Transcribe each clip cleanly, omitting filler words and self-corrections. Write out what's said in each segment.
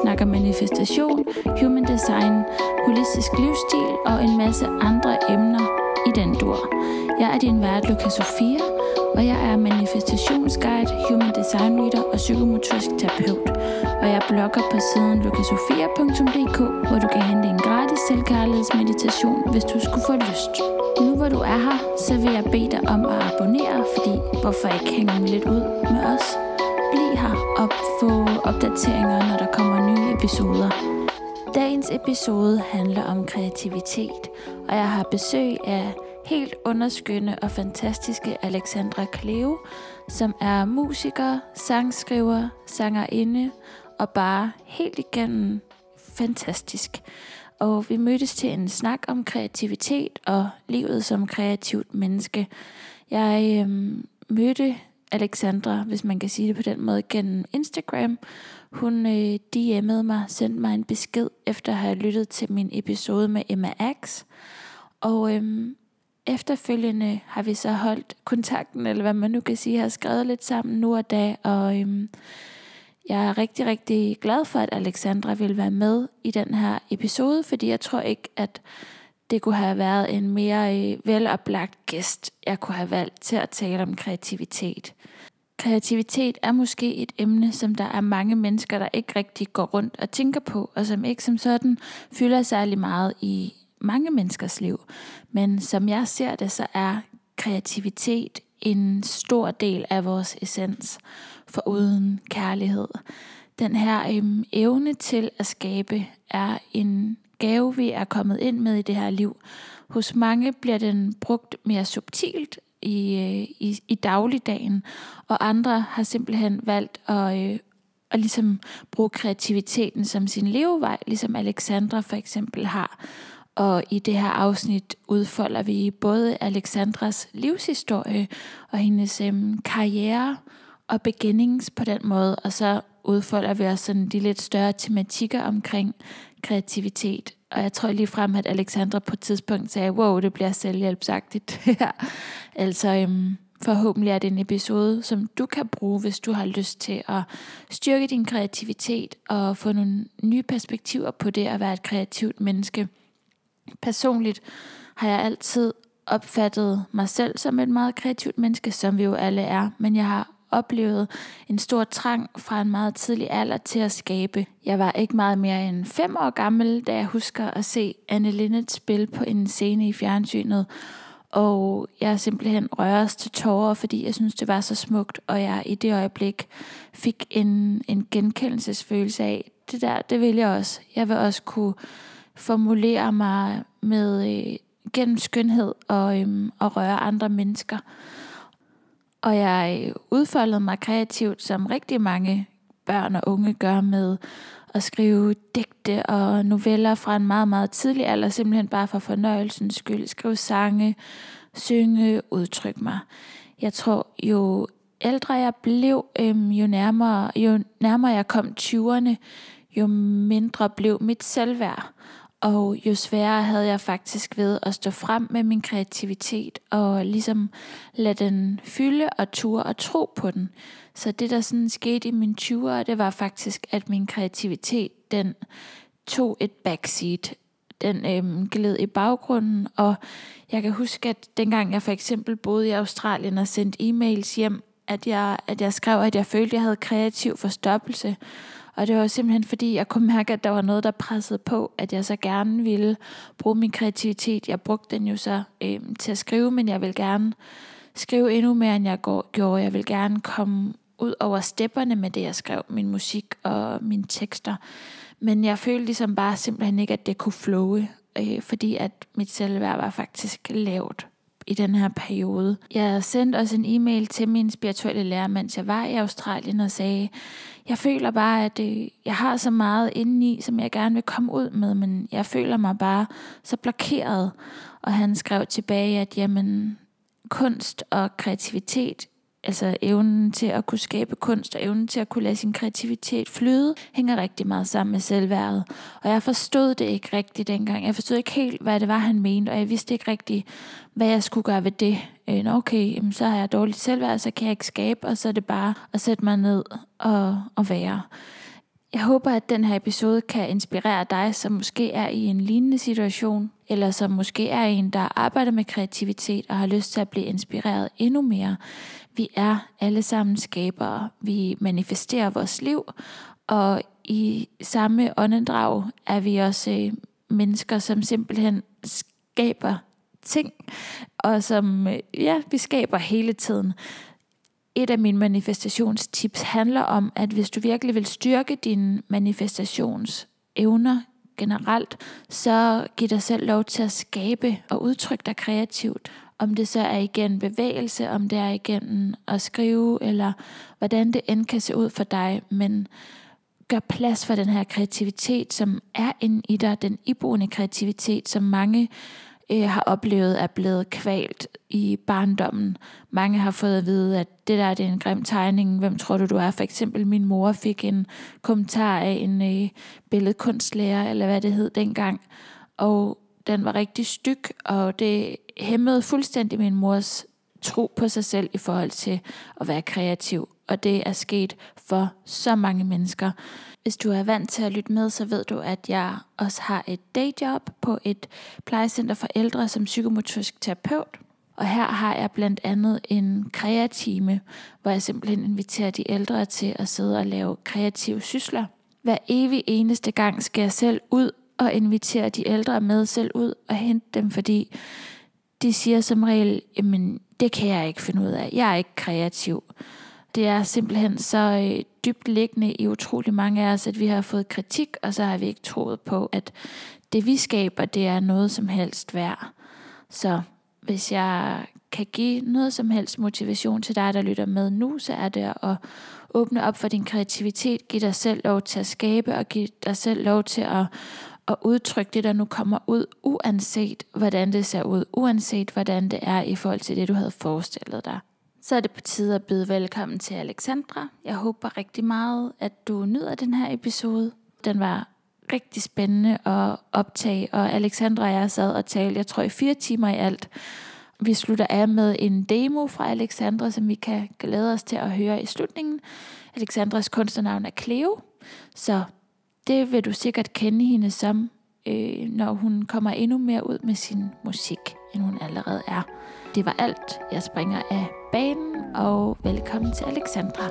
snakker manifestation, human design, holistisk livsstil og en masse andre emner i den dur. Jeg er din vært, Luca Sofia, og jeg er manifestationsguide, human design reader og psykomotorisk terapeut. Og jeg blogger på siden lucasofia.dk, hvor du kan hente en gratis selvkærlighedsmeditation, hvis du skulle få lyst. Nu hvor du er her, så vil jeg bede dig om at abonnere, fordi hvorfor ikke hænge lidt ud med os? Bliv her og få opdateringer, når der kommer nye episoder. Dagens episode handler om kreativitet, og jeg har besøg af helt underskønne og fantastiske Alexandra Cleo, som er musiker, sangskriver, sangerinde og bare helt igennem fantastisk. Og vi mødtes til en snak om kreativitet og livet som kreativt menneske. Jeg mødte Alexandra, hvis man kan sige det på den måde, gennem Instagram. Hun DM'ede mig, sendte mig en besked efter at have lyttet til min episode med Emma Ax. Og efterfølgende har vi så holdt kontakten, eller hvad man nu kan sige, har skrevet lidt sammen nu og da. Og jeg er rigtig, rigtig glad for, at Alexandra vil være med i den her episode, fordi jeg tror ikke, at det kunne have været en mere veloplagt gæst, jeg kunne have valgt til at tale om kreativitet. Kreativitet er måske et emne, som der er mange mennesker, der ikke rigtig går rundt og tænker på, og som ikke som sådan fylder særlig meget i mange menneskers liv. Men som jeg ser det, så er kreativitet en stor del af vores essens, foruden kærlighed. Den her evne til at skabe er en gave, vi er kommet ind med i det her liv. Hos mange bliver den brugt mere subtilt i dagligdagen, og andre har simpelthen valgt at ligesom bruge kreativiteten som sin levevej, ligesom Alexandra for eksempel har. Og i det her afsnit udfolder vi både Alexandras livshistorie og hendes karriere og beginnings på den måde, og så udfolder vi også sådan de lidt større tematikker omkring kreativitet. Og jeg tror lige frem, at Alexandra på et tidspunkt sagde, wow, det bliver selvhjælpsagtigt. Altså forhåbentlig er det en episode, som du kan bruge, hvis du har lyst til at styrke din kreativitet og få nogle nye perspektiver på det at være et kreativt menneske. Personligt har jeg altid opfattet mig selv som et meget kreativt menneske, som vi jo alle er, men jeg har oplevet en stor trang fra en meget tidlig alder til at skabe. Jeg var ikke meget mere end 5 år gammel, da jeg husker at se Anne Linnet spille på en scene i fjernsynet, og jeg simpelthen røres til tårer, fordi jeg synes det var så smukt, og jeg i det øjeblik fik en genkendelsesfølelse af, det vil jeg også. Jeg vil også kunne formulere mig med gennem skønhed og røre andre mennesker. Og jeg udfoldede mig kreativt, som rigtig mange børn og unge gør, med at skrive digte og noveller fra en meget, meget tidlig alder, simpelthen bare for fornøjelsens skyld. Skrive sange, synge, udtrykke mig. Jeg tror, jo ældre jeg blev, jo nærmere jeg kom 20'erne, jo mindre blev mit selvværd. Og jo sværere havde jeg faktisk ved at stå frem med min kreativitet og ligesom lade den fylde og ture og tro på den. Så det der sådan skete i mine 20'ere, det var faktisk, at min kreativitet, den tog et backseat. Den gled i baggrunden, og jeg kan huske, at dengang jeg for eksempel boede i Australien og sendte e-mails hjem, at jeg skrev, at jeg følte, at jeg havde kreativ forstoppelse. Og det var simpelthen fordi, jeg kunne mærke, at der var noget, der pressede på, at jeg så gerne ville bruge min kreativitet. Jeg brugte den jo så til at skrive, men jeg vil gerne skrive endnu mere, end jeg gjorde. Jeg vil gerne komme ud over stepperne med det, jeg skrev, min musik og mine tekster. Men jeg følte ligesom bare simpelthen ikke, at det kunne flowe, fordi at mit selvværd var faktisk lavt i den her periode. Jeg sendte også en e-mail til min spirituelle lærer, mens jeg var i Australien, og sagde, jeg føler bare, at jeg har så meget indeni, som jeg gerne vil komme ud med, men jeg føler mig bare så blokeret. Og han skrev tilbage, at jamen, kunst og kreativitet, altså evnen til at kunne skabe kunst og evnen til at kunne lade sin kreativitet flyde, hænger rigtig meget sammen med selvværdet. Og jeg forstod det ikke rigtigt dengang. Jeg forstod ikke helt, hvad det var, han mente, og jeg vidste ikke rigtigt, hvad jeg skulle gøre ved det. Okay, jamen, så har jeg dårligt selvværd, så kan jeg ikke skabe, og så er det bare at sætte mig ned og være. Jeg håber, at den her episode kan inspirere dig, som måske er i en lignende situation, eller som måske er en, der arbejder med kreativitet og har lyst til at blive inspireret endnu mere. Vi er alle sammen skabere. Vi manifesterer vores liv, og i samme åndedrag er vi også mennesker, som simpelthen skaber ting, og som vi skaber hele tiden. Et af mine manifestationstips handler om, at hvis du virkelig vil styrke dine manifestationsevner generelt, så giv dig selv lov til at skabe og udtrykke dig kreativt. Om det så er igen bevægelse, om det er igen at skrive, eller hvordan det end kan se ud for dig, men gør plads for den her kreativitet, som er inde i dig, den iboende kreativitet, som mange har oplevet er blevet kvalt i barndommen. Mange har fået at vide, at det er en grim tegning. Hvem tror du er? For eksempel min mor fik en kommentar af en billedkunstlærer, eller hvad det hed dengang. Og den var rigtig styg, og det hæmmede fuldstændig min mors tro på sig selv i forhold til at være kreativ. Og det er sket for så mange mennesker. Hvis du er vant til at lytte med, så ved du, at jeg også har et dayjob på et plejecenter for ældre som psykomotorisk terapeut. Og her har jeg blandt andet en kreatime, hvor jeg simpelthen inviterer de ældre til at sidde og lave kreative sysler. Hver evig eneste gang skal jeg selv ud og invitere de ældre med selv ud og hente dem, fordi de siger som regel, jamen det kan jeg ikke finde ud af, jeg er ikke kreativ. Det er simpelthen så dybt liggende i utrolig mange af os, at vi har fået kritik, og så har vi ikke troet på, at det vi skaber, det er noget som helst værd. Så hvis jeg kan give noget som helst motivation til dig, der lytter med nu, så er det at åbne op for din kreativitet, give dig selv lov til at skabe, og give dig selv lov til at udtrykke det, der nu kommer ud, uanset hvordan det ser ud, uanset hvordan det er i forhold til det, du havde forestillet dig. Så er det på tide at byde velkommen til Alexandra. Jeg håber rigtig meget, at du nyder den her episode. Den var rigtig spændende at optage, og Alexandra og jeg sad og talte, jeg tror i 4 timer i alt. Vi slutter af med en demo fra Alexandra, som vi kan glæde os til at høre i slutningen. Alexandras kunstnernavn er Cleo, så det vil du sikkert kende hende som, når hun kommer endnu mere ud med sin musik, end hun allerede er. Det var alt. Jeg springer af banen, og velkommen til Alexandra.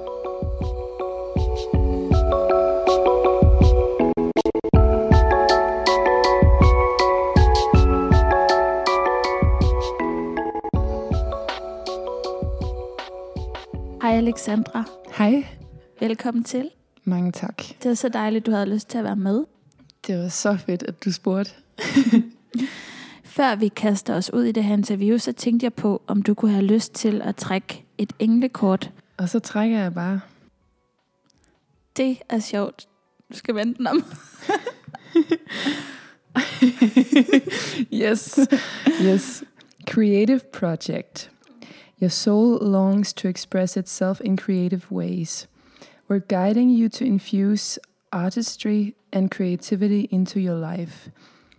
Hej Alexandra. Hej. Velkommen til. Mange tak. Det er så dejligt, du havde lyst til at være med. Det var så fedt, at du spurgte. Før vi kaster os ud i det her interview, så tænkte jeg på, om du kunne have lyst til at trække et englekort. Og så trækker jeg bare. Det er sjovt. Du skal vente den om. Yes. Creative project. Your soul longs to express itself in creative ways. We're guiding you to infuse artistry and creativity into your life.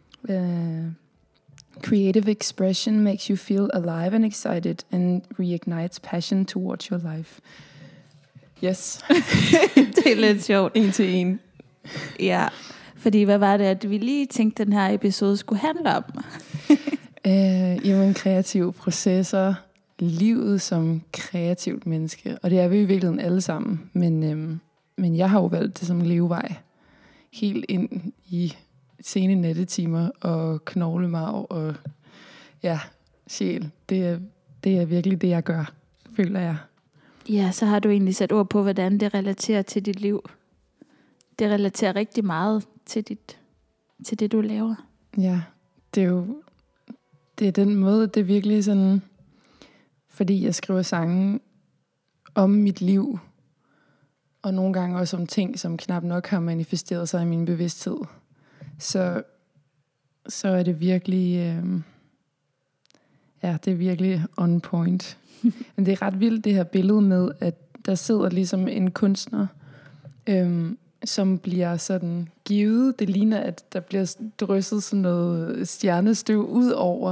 Creative expression makes you feel alive and excited and reignites passion towards your life. Yes. Det er lidt sjovt. 1 til 1. Ja, fordi hvad var det, at vi lige tænkte, den her episode skulle handle om? Jamen kreative processer, livet som kreativt menneske, og det er vi i virkeligheden alle sammen, men jeg har jo valgt det som levevej, helt ind i sene nattetimer og knoglemarv og sjæl. Det er virkelig det, jeg gør, føler jeg. Ja, så har du egentlig sat ord på, hvordan det relaterer til dit liv. Det relaterer rigtig meget til det, du laver. Ja, det er den måde, det er virkelig sådan, fordi jeg skriver sange om mit liv, og nogle gange også om ting, som knap nok har manifesteret sig i min bevidsthed. Så er det virkelig, det er virkelig on point. Men det er ret vildt det her billede med, at der sidder ligesom en kunstner, som bliver sådan givet. Det ligner, at der bliver drysset sådan noget stjernestøv ud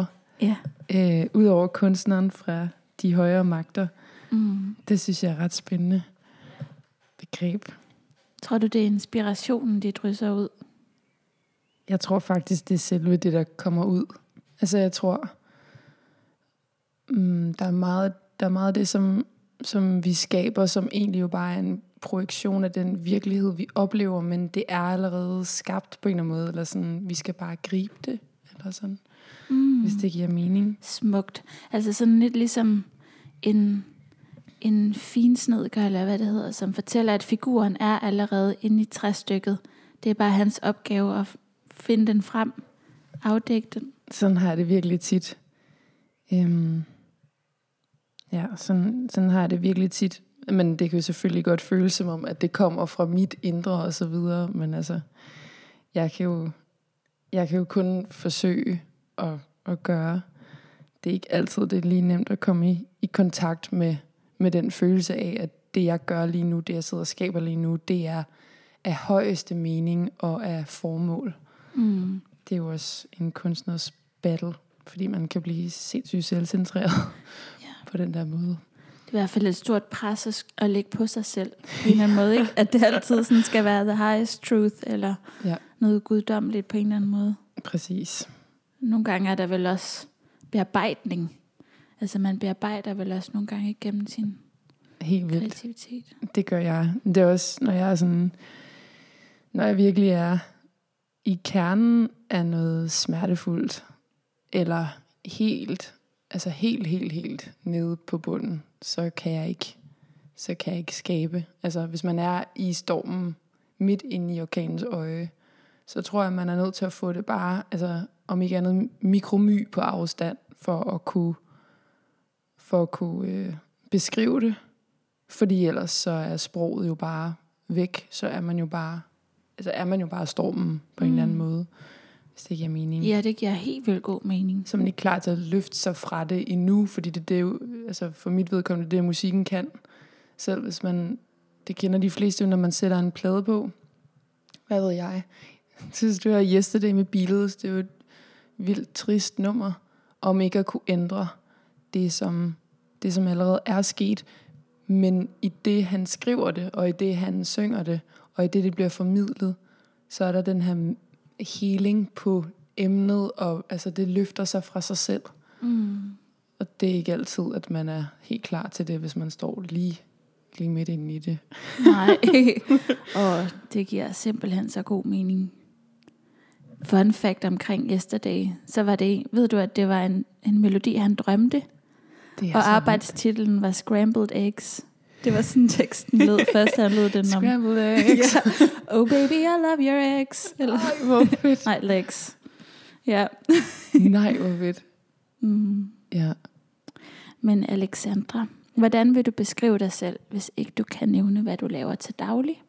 over kunstneren fra de højere magter. Det synes jeg er ret spændende begreb. Tror du, det er inspirationen, de drysser ud? Jeg tror faktisk, det er selve det, der kommer ud. Altså jeg tror, der er meget af det, som vi skaber, som egentlig jo bare er en projektion af den virkelighed, vi oplever, men det er allerede skabt på en eller anden måde, eller sådan, vi skal bare gribe det, eller sådan, hvis det giver mening. Smukt. Altså sådan lidt ligesom en finsnedker, eller hvad det hedder, som fortæller, at figuren er allerede inde i træstykket. Det er bare hans opgave at finde den frem, afdække den. Sådan har jeg det virkelig tit. Sådan har jeg det virkelig tit. Men det kan jo selvfølgelig godt føles som om, at det kommer fra mit indre og så videre. Men altså, jeg kan jo kun forsøge at gøre. Det er ikke altid det er lige nemt at komme i kontakt med den følelse af, at det jeg gør lige nu, det jeg sidder og skaber lige nu, det er af højeste mening og af formål. Det er jo også en kunstners battle, fordi man kan blive sindssygt selvcentreret på den der måde. Det er i hvert fald et stort pres at lægge på sig selv på en eller anden måde, ikke? At det altid sådan skal være the highest truth, eller noget guddommeligt på en eller anden måde. Præcis. Nogle gange er der vel også bearbejdning. Altså man bearbejder vel også nogle gange igennem sin kreativitet. Det gør jeg. Det er også, når jeg virkelig er i kernen af noget smertefuldt, eller helt nede på bunden, så kan jeg ikke skabe. Altså hvis man er i stormen, midt inde i orkanens øje, så tror jeg, man er nødt til at få det bare, altså om ikke andet mikromy på afstand, for at kunne beskrive det. Fordi ellers så er sproget jo bare væk, så er man jo bare stormen på en eller anden måde. Hvis det giver mening. Ja, det giver helt vildt god mening. Så man ikke klar til at løfte sig fra det endnu, fordi det er jo, altså for mit vedkommende, det musikken kan. Selv hvis det kender de fleste, når man sætter en plade på. Hvad ved jeg? Jeg synes, du har Yesterday med Beatles. Det er jo et vildt trist nummer, om ikke at kunne ændre det, som allerede er sket. Men i det, han skriver det, og i det, han synger det, og i det bliver formidlet, så er der den her healing på emnet, og altså det løfter sig fra sig selv. Og det er ikke altid, at man er helt klar til det, hvis man står lige midt inde i det. Nej, og det giver simpelthen så god mening. Fun fact omkring Yesterday, så var det, ved du, at det var en melodi, han drømte, og arbejdstitlen var Scrambled Eggs. Det var sådan teksten lød først, han lød den om. Scrambled eggs. Oh baby, I love your eggs. Eller, ej, hvor fedt. Nej, legs. Ja. Nej, hvor fedt. Ja. Men Alexandra, hvordan vil du beskrive dig selv, hvis ikke du kan nævne, hvad du laver til daglig?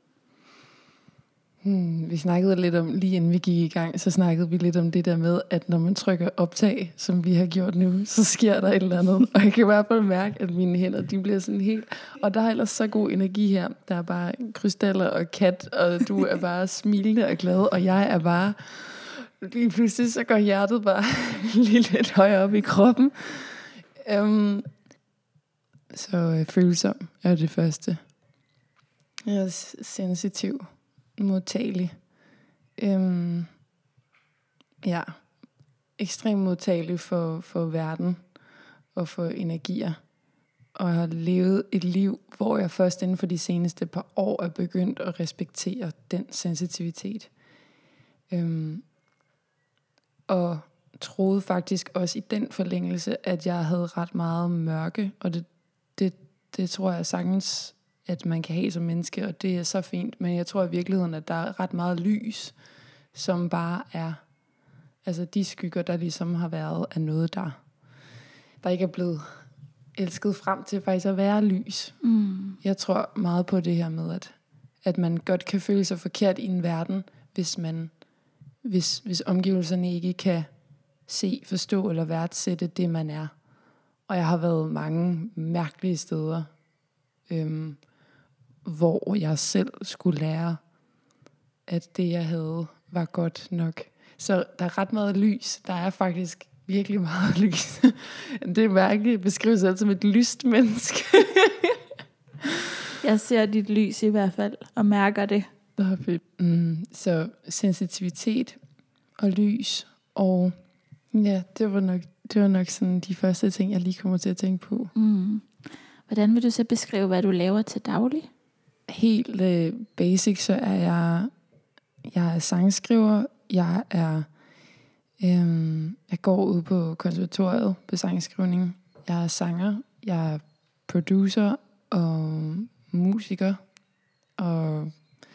Vi snakkede lidt om, lige inden vi gik i gang, så snakkede vi lidt om det der med, at når man trykker optag, som vi har gjort nu, så sker der et eller andet. Og jeg kan i hvert fald mærke, at mine hænder, de bliver sådan helt... Og der er ellers så god energi her. Der er bare krystaller og kat, og du er bare smilende og glad, og jeg er bare... Lige pludselig så går hjertet bare lige lidt højere op i kroppen. Så følsom er det første. Jeg er sensitiv. Modtagelig. Ekstremt modtagelig for verden og for energier. Og jeg har levet et liv, hvor jeg først inden for de seneste par år er begyndt at respektere den sensitivitet. Og troede faktisk også i den forlængelse, at jeg havde ret meget mørke, og det tror jeg sagtens, at man kan have som menneske, og det er så fint, men jeg tror i virkeligheden, at der er ret meget lys, som bare er, altså de skygger, der ligesom har været af noget, der ikke er blevet elsket frem til faktisk at være lys. Jeg tror meget på det her med, at man godt kan føle sig forkert i en verden, hvis omgivelserne ikke kan se, forstå eller værdsætte det, man er. Og jeg har været mange mærkelige steder, hvor jeg selv skulle lære, at det, jeg havde, var godt nok. Så der er ret meget lys. Der er faktisk virkelig meget lys. Det er mærkeligt at beskrive sig som et lyst menneske. Jeg ser dit lys i hvert fald, og mærker det. Nå, fedt. Så sensitivitet og lys, og ja, det var nok sådan de første ting, jeg lige kommer til at tænke på. Hvordan vil du så beskrive, hvad du laver til daglig? Helt basic, så er jeg er sangskriver. Jeg går ud på konservatoriet på sangskrivning. Jeg er sanger. Jeg er producer og musiker. Og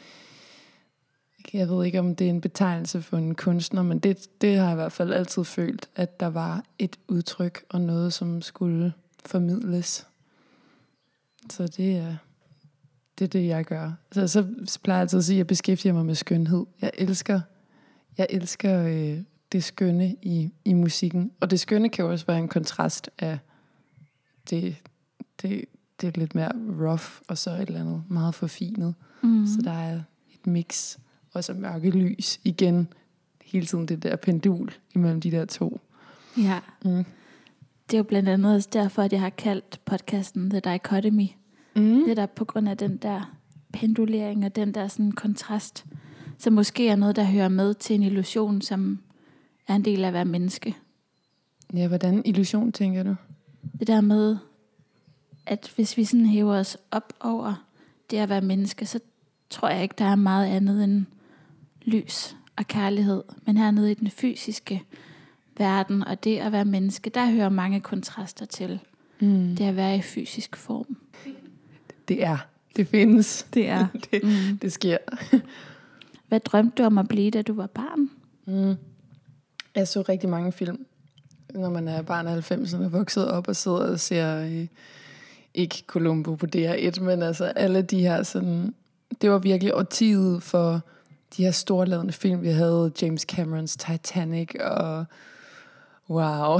jeg ved ikke, om det er en betegnelse for en kunstner, men det har jeg i hvert fald altid følt, at der var et udtryk og noget, som skulle formidles. Så det er det, jeg gør. Så plejer jeg altid at sige, at jeg beskæftiger mig med skønhed. Jeg elsker det skønne i musikken. Og det skønne kan jo også være en kontrast af det er lidt mere rough, og så et eller andet meget forfinet. Så der er et mix. Og så mørke lys igen. Hele tiden det der pendul imellem de der to. Ja. Det er jo blandt andet også derfor, at jeg har kaldt podcasten The Dichotomy. Det er der på grund af den der pendulering og den der sådan kontrast, som måske er noget, der hører med til en illusion, som er en del af at være menneske. Ja, hvordan illusion tænker du? Det der med, at hvis vi sådan hæver os op over det at være menneske, så tror jeg ikke, der er meget andet end lys og kærlighed. Men hernede i den fysiske verden og det at være menneske, der hører mange kontraster til. Det at være i fysisk form. Det findes. Det er. Det sker. Hvad drømte du om at blive, da du var barn? Jeg så rigtig mange film, når man er barn af 90'erne, vokset op og sidder og ser, ikke Columbo på DR1, men altså alle de her sådan, det var virkelig årtiet for de her storladende film. Vi havde James Camerons Titanic og wow.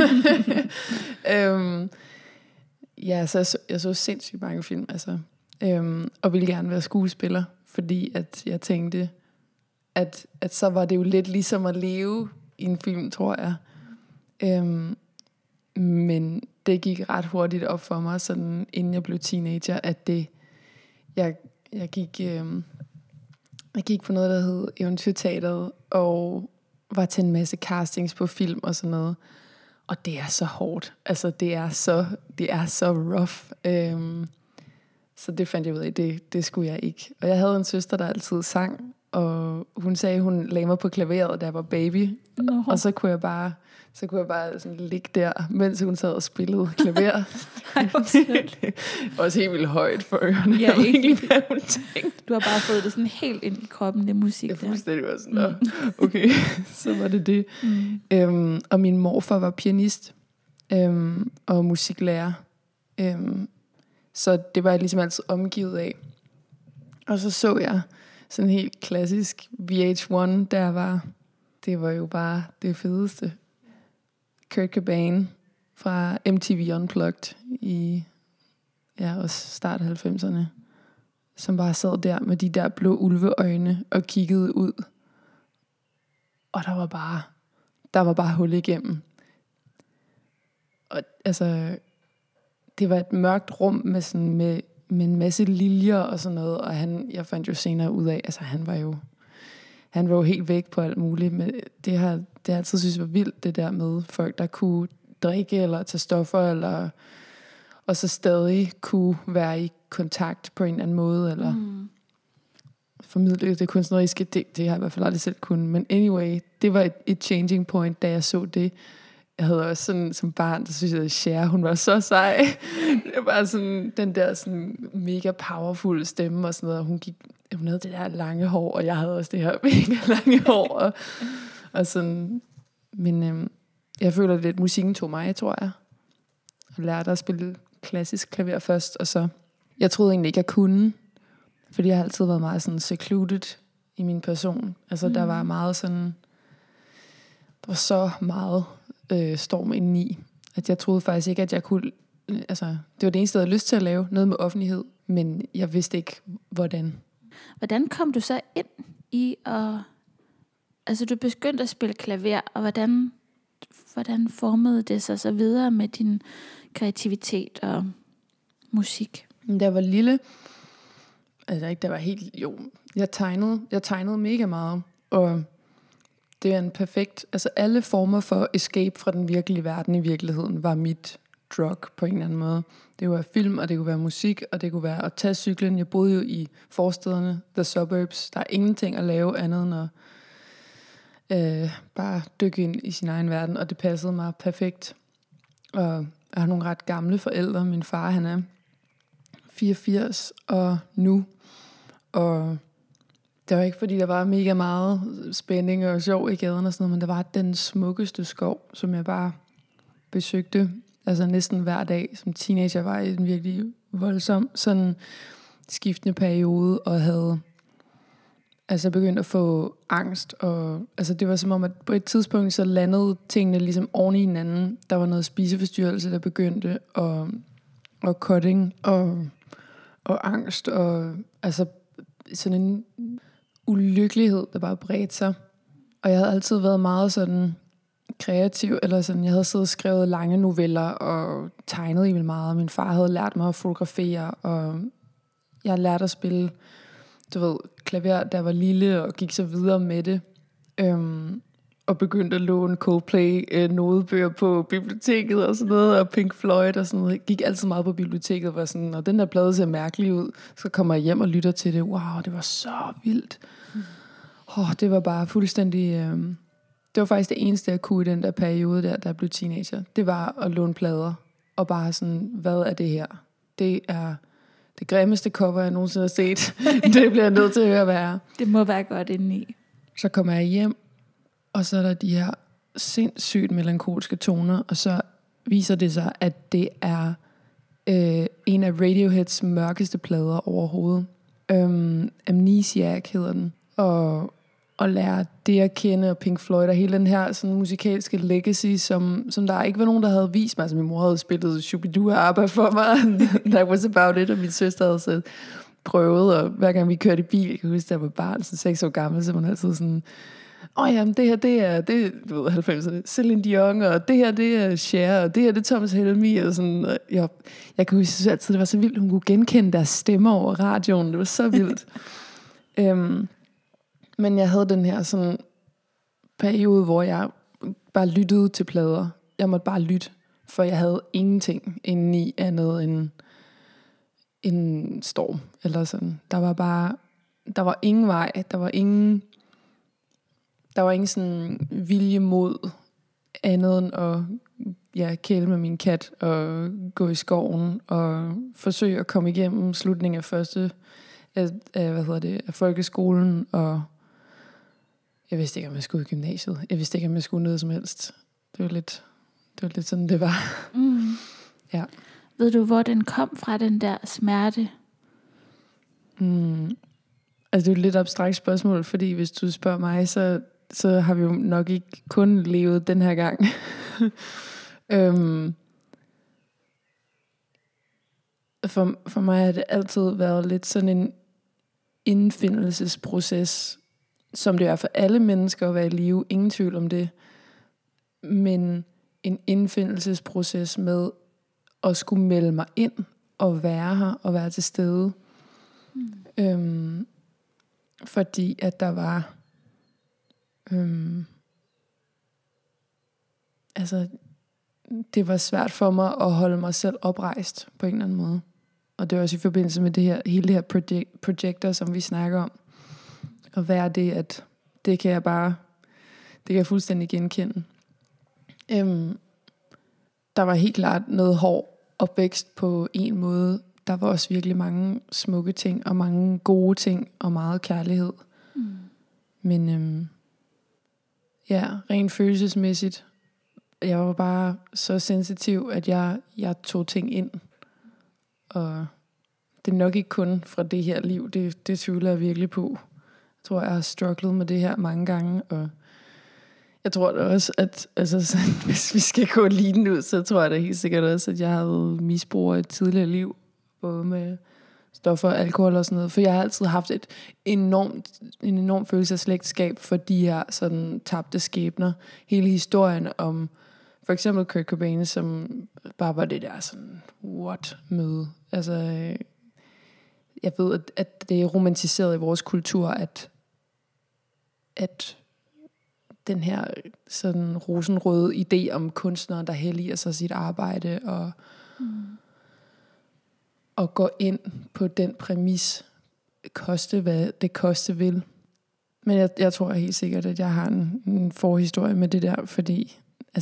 Ja, så jeg så sindssygt mange film, altså. Og ville gerne være skuespiller, fordi at jeg tænkte, at så var det jo lidt ligesom at leve i en film, tror jeg. Men det gik ret hurtigt op for mig, sådan, inden jeg blev teenager, at jeg gik på noget, der hed Eventyrteateret, og var til en masse castings på film og sådan noget. Og det er så hårdt. Altså, det er så rough. Så det fandt jeg ud af, det skulle jeg ikke. Og jeg havde en søster, der altid sang, og hun sagde, hun lagde mig på klaveret, da jeg var baby. Og så kunne jeg bare sådan ligge der, mens hun sad og spillede klaver. Også helt vildt højt for ørerne. Ja, jeg ved ikke, hvad hun tænkte. Du har bare fået det sådan helt ind i kroppen, det musik. Jeg fuldstændig var sådan, okay, så var det. Og min morfar var pianist og musiklærer. Så det var jeg ligesom altid omgivet af. Og så jeg sådan helt klassisk VH1, det var jo bare det fedeste. Kurt Cobain fra MTV Unplugged i også start 90'erne, som bare sad der med de der blå ulveøjne og kiggede ud. Og der var bare hul igennem. Og altså, det var et mørkt rum med en masse liljer og sådan noget, og jeg fandt jo senere ud af, altså han var jo helt væk på alt muligt, men det har jeg altid synes var vildt, det der med folk, der kunne drikke eller tage stoffer, og så stadig kunne være i kontakt på en eller anden måde, eller formidle det kunstneriske. Det har jeg i hvert fald aldrig selv kunnet, men anyway, det var et changing point, da jeg så det. Jeg havde også sådan, som barn, der synes jeg, at Cher, hun var så sej. Det var sådan, den der sådan mega powerful stemme og sådan noget. Hun havde det der lange hår, og jeg havde også det her mega lange hår. Og sådan, men jeg føler lidt, at musikken tog mig, tror jeg. Jeg lærte at spille klassisk klaver først, og så, jeg troede egentlig ikke, jeg kunne, fordi jeg har altid været meget sådan secluded i min person. Altså, der var meget sådan, der var så meget storm indeni, at jeg troede faktisk ikke, at jeg kunne, altså, det var det eneste, jeg havde lyst til at lave, noget med offentlighed, men jeg vidste ikke, hvordan. Hvordan kom du så ind i altså du begyndte at spille klaver, og hvordan formede det sig så videre med din kreativitet og musik? Da jeg var lille, Altså ikke, der var helt... Jo, jeg tegnede mega meget, og det er en perfekt... Altså alle former for escape fra den virkelige verden i virkeligheden var mit drug på en eller anden måde. Det kunne være film, og det kunne være musik, og det kunne være at tage cyklen. Jeg boede jo i forstederne, the suburbs. Der er ingenting at lave andet end at bare dykke ind i sin egen verden, og det passede mig perfekt. Og jeg har nogle ret gamle forældre. Min far, han er 84 og nu, og det var ikke fordi der var mega meget spænding og sjov i gaden og sådan noget, men der var den smukkeste skov, som jeg bare besøgte, altså næsten hver dag. Som teenager var i en virkelig voldsom sådan skiftende periode, og havde altså begyndt at få angst, og altså det var som om, at på et tidspunkt så landede tingene ligesom oven i hinanden. Der var noget spiseforstyrrelse, der begyndte, og cutting, og angst, og altså sådan en ulykkelighed, der bare bredte sig. Og jeg havde altid været meget sådan kreativ, eller sådan, jeg havde siddet og skrevet lange noveller, og tegnet i meget. Min far havde lært mig at fotografere, og jeg lærte at spille, klaver, da jeg var lille, og gik så videre med det. Og begyndte at låne Coldplay nodebøger på biblioteket og sådan noget, og Pink Floyd og sådan noget. Jeg gik altid meget på biblioteket, var sådan, og den der plade ser mærkelig ud, så kommer jeg hjem og lytter til det. Wow, det var så vildt. Det var bare fuldstændig... det var faktisk det eneste, jeg kunne i den der periode, da jeg blev teenager. Det var at låne plader, og bare sådan, hvad er det her? Det er det grimmeste cover, jeg nogensinde har set. Det bliver jeg nødt til at høre, hvad er. Det må være godt indeni. Så kommer jeg hjem, og så er der de her sindssygt melankolske toner, og så viser det sig, at det er en af Radioheads mørkeste plader overhovedet. Amnesiac hedder den. Og lære det at kende, og Pink Floyd, og hele den her sådan, musikalske legacy, som der ikke var nogen, der havde vist mig. Altså min mor havde spillet Shubidoo og ABBA for mig, that was about it, og min søster havde så prøvet, og hver gang vi kørte i bil, jeg kan huske, da jeg var barn, så 6 år gammel, så man altid sådan... Jamen, det her, det er du ved, 90'erne, Celine Dion, og det her, det er Cher, og det her, det er Thomas Helmig, og sådan, og jeg kan huske altid, det var så vildt, hun kunne genkende deres stemmer over radioen, det var så vildt. Men jeg havde den her sådan periode, hvor jeg bare lyttede til plader. Jeg måtte bare lytte, for jeg havde ingenting indeni andet end en storm, eller sådan. Der var ingen vej, der var ingen sådan vilje mod andet end at kæle med min kat og gå i skoven og forsøge at komme igennem slutningen af første af folkeskolen, og jeg vidste ikke, om jeg skulle i gymnasiet. Jeg vidste ikke, om jeg skulle noget som helst. Det var lidt sådan, det var. Mm. Ja. Ved du, hvor den kom fra, den der smerte? Altså, det er jo et lidt abstrakt spørgsmål, fordi hvis du spørger mig, så har vi jo nok ikke kun levet den her gang. For mig har det altid været lidt sådan en indfindelsesproces, som det er for alle mennesker at være i live, ingen tvivl om det, men en indfindelsesproces med at skulle melde mig ind og være her og være til stede. Fordi at der var altså det var svært for mig at holde mig selv oprejst på en eller anden måde. Og det var også i forbindelse med det her, hele det her projekter, som vi snakker om. Og hvad er det, at det kan jeg fuldstændig genkende. Der var helt klart noget hård opvækst på en måde. Der var også virkelig mange smukke ting, og mange gode ting, og meget kærlighed. Men rent følelsesmæssigt, jeg var bare så sensitiv, at jeg tog ting ind. Og det er nok ikke kun fra det her liv, det tvivler jeg virkelig på. Jeg tror, jeg har strugglet med det her mange gange, og jeg tror da også, at altså, hvis vi skal gå lige ud, så tror jeg da helt sikkert også, at jeg har været misbruger i et tidligere liv, både med stoffer, alkohol og sådan noget, for jeg har altid haft en enorm følelse af slægtskab for de her sådan tabte skæbner. Hele historien om for eksempel Kurt Cobain, som bare var det der sådan what møde. Altså jeg ved, at det er romantiseret i vores kultur, at den her sådan rosenrøde idé om kunstnere, der helliger sig sit arbejde og går ind på den præmis, koste hvad det koste vil. Men jeg tror helt sikkert, at jeg har en forhistorie med det der, fordi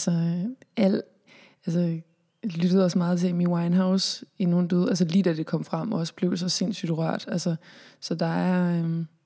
lyttede også meget til Amy Winehouse, inden hun døde. Altså lige da det kom frem, også blev så sindssygt rørt. Altså, så der er...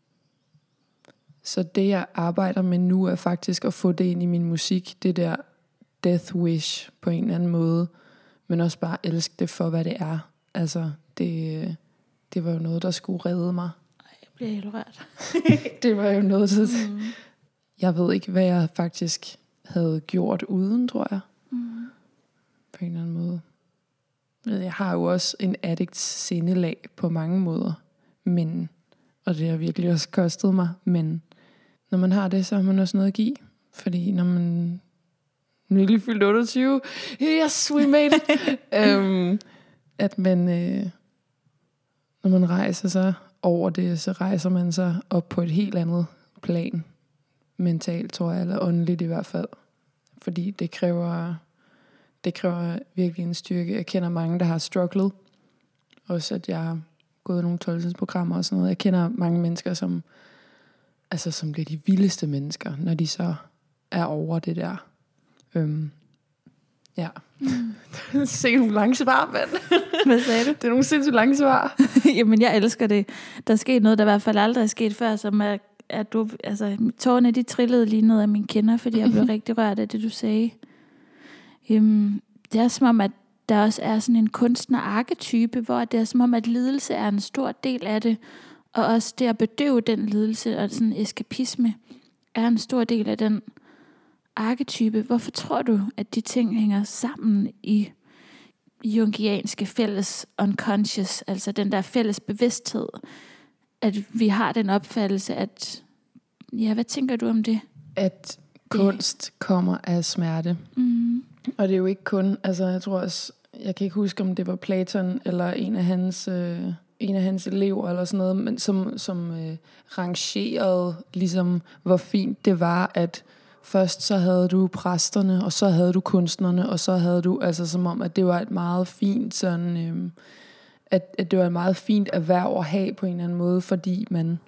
så det, jeg arbejder med nu, er faktisk at få det ind i min musik. Det der death wish på en eller anden måde. Men også bare elske det for, hvad det er. Altså, det var jo noget, der skulle redde mig. Jeg bliver helt rørt. Det var jo noget, der... Jeg ved ikke, hvad jeg faktisk havde gjort uden, tror jeg. På en eller anden måde. Jeg har jo også en addicts sindelag på mange måder. Og det har virkelig også kostet mig. Men når man har det, så har man også noget at give. Fordi når man nylig fyldt 28, yes, we made it. At man, når man rejser sig over det, så rejser man sig op på et helt andet plan. Mentalt, tror jeg, eller åndeligt i hvert fald. Fordi det kræver virkelig en styrke. Jeg kender mange, der har strugglet. Også at jeg har gået nogle 12-tidsprogrammer og sådan noget. Jeg kender mange mennesker, som bliver de vildeste mennesker, når de så er over det der. Ja. Se nogle lange svar, mand. Hvad sagde du? Det er nogle sindssygt lange svar. Jamen, jeg elsker det. Der er sket noget, der i hvert fald aldrig er sket før, som er, at du, altså, tårerne, de trillede lige ned af mine kinder, fordi jeg blev rigtig rørt af det, du sagde. Det er som om, at der også er sådan en kunstner-arketype, hvor det er som om, at lidelse er en stor del af det, og også det at bedøve den lidelse, og sådan eskapisme, er en stor del af den arketype. Hvorfor tror du, at de ting hænger sammen i jungianske fælles unconscious, altså den der fælles bevidsthed, at vi har den opfattelse, at, ja, hvad tænker du om det? At kunst kommer af smerte. Og det er jo ikke kun, altså jeg tror også, jeg kan ikke huske, om det var Platon, eller en af hans elever, eller sådan noget, men som rangerede, ligesom, hvor fint det var, at først så havde du præsterne, og så havde du kunstnerne, og så havde du, altså som om, at det var et meget fint sådan, at det var et meget fint erhverv at have på en eller anden måde, fordi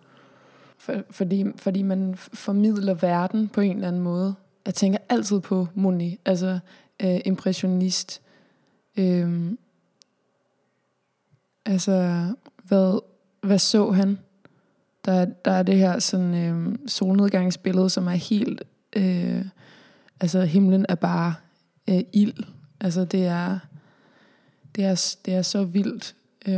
man formidler verden på en eller anden måde. Jeg tænker altid på Monet, altså impressionist. Altså, hvad så han? Der er det her sådan solnedgangsbillede, som er helt, altså himlen er bare ild. Altså det er så vildt,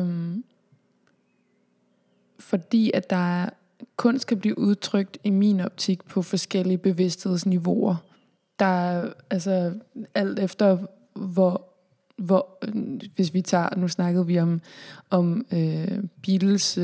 fordi at der er kunst kan blive udtrykt i min optik på forskellige bevidsthedsniveauer. Der er altså alt efter hvor hvis vi tager, nu snakkede vi om Beatles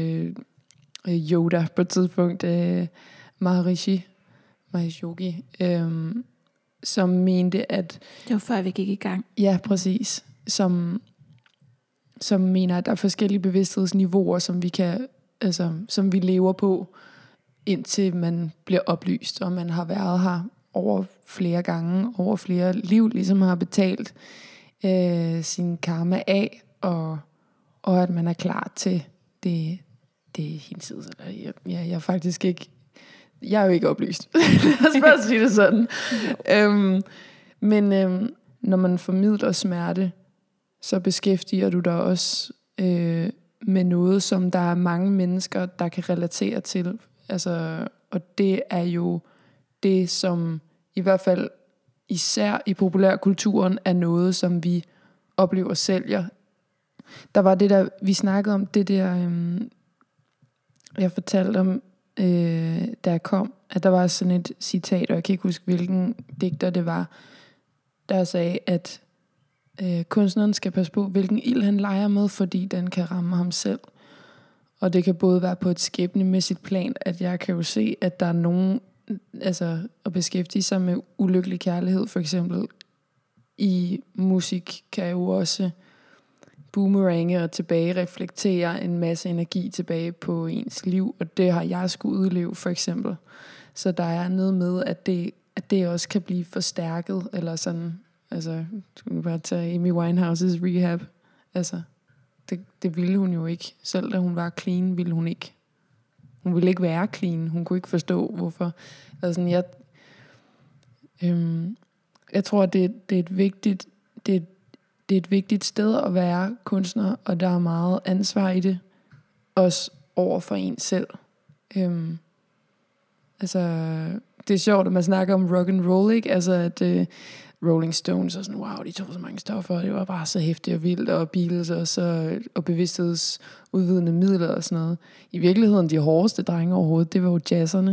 Yoda på et tidspunkt, Maharishi Yogi, som mente, at det var før vi gik i gang. Ja, præcis. Som mener, at der er forskellige bevidsthedsniveauer, som vi lever på, indtil man bliver oplyst, og man har været her over flere gange, over flere liv, ligesom har betalt sin karma af, og at man er klar til det hinsides. Jeg er faktisk ikke, jeg er jo ikke oplyst. Lad os bare sige det sådan. Men når man formidler smerte, så beskæftiger du dig også med noget, som der er mange mennesker, der kan relatere til. Altså, og det er jo det, som i hvert fald især i populærkulturen er noget, som vi oplever sælger. Der var det der, vi snakkede om, det der, jeg fortalte om, da jeg kom, at der var sådan et citat, og jeg kan ikke huske, hvilken digter det var, der sagde, at kunstneren skal passe på, hvilken ild han leger med, fordi den kan ramme ham selv. Og det kan både være på et skæbnemæssigt plan, at jeg kan jo se, at der er nogen, altså at beskæftige sig med ulykkelig kærlighed, for eksempel i musik, kan jo også boomerange og tilbage reflektere en masse energi tilbage på ens liv, og det har jeg skulle udleve for eksempel. Så der er noget med, at det også kan blive forstærket, eller sådan, altså, du kan bare tage Amy Winehouse's Rehab, altså, det ville hun jo ikke. Selv da hun var clean, ville hun ikke. Hun ville ikke være clean. Hun kunne ikke forstå, hvorfor. Altså, jeg tror, det er et vigtigt sted at være kunstner, og der er meget ansvar i det, også over for en selv. Altså, det er sjovt, at man snakker om rock and roll, ikke? Altså, at Rolling Stones og sådan, wow, de tog så mange stoffer, og det var bare så hæftigt og vildt, og Beatles og bevidsthedsudvidende midler og sådan noget. I virkeligheden, de hårdeste drenge overhovedet, det var jo jazzerne.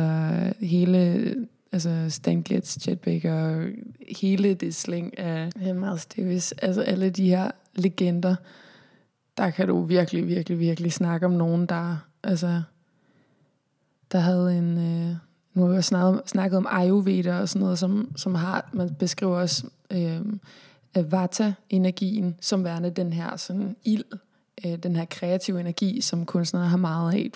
Altså, Stan Getz, Chet Baker, hele det slæng af Miles Davis, altså alle de her legender, der kan du virkelig, virkelig, virkelig snakke om nogen, der havde en... Nu har vi også snakket om Ayurveda og sådan noget, som har, man beskriver også Vata-energien som værende den her sådan ild, den her kreative energi, som kunstnerne har meget af.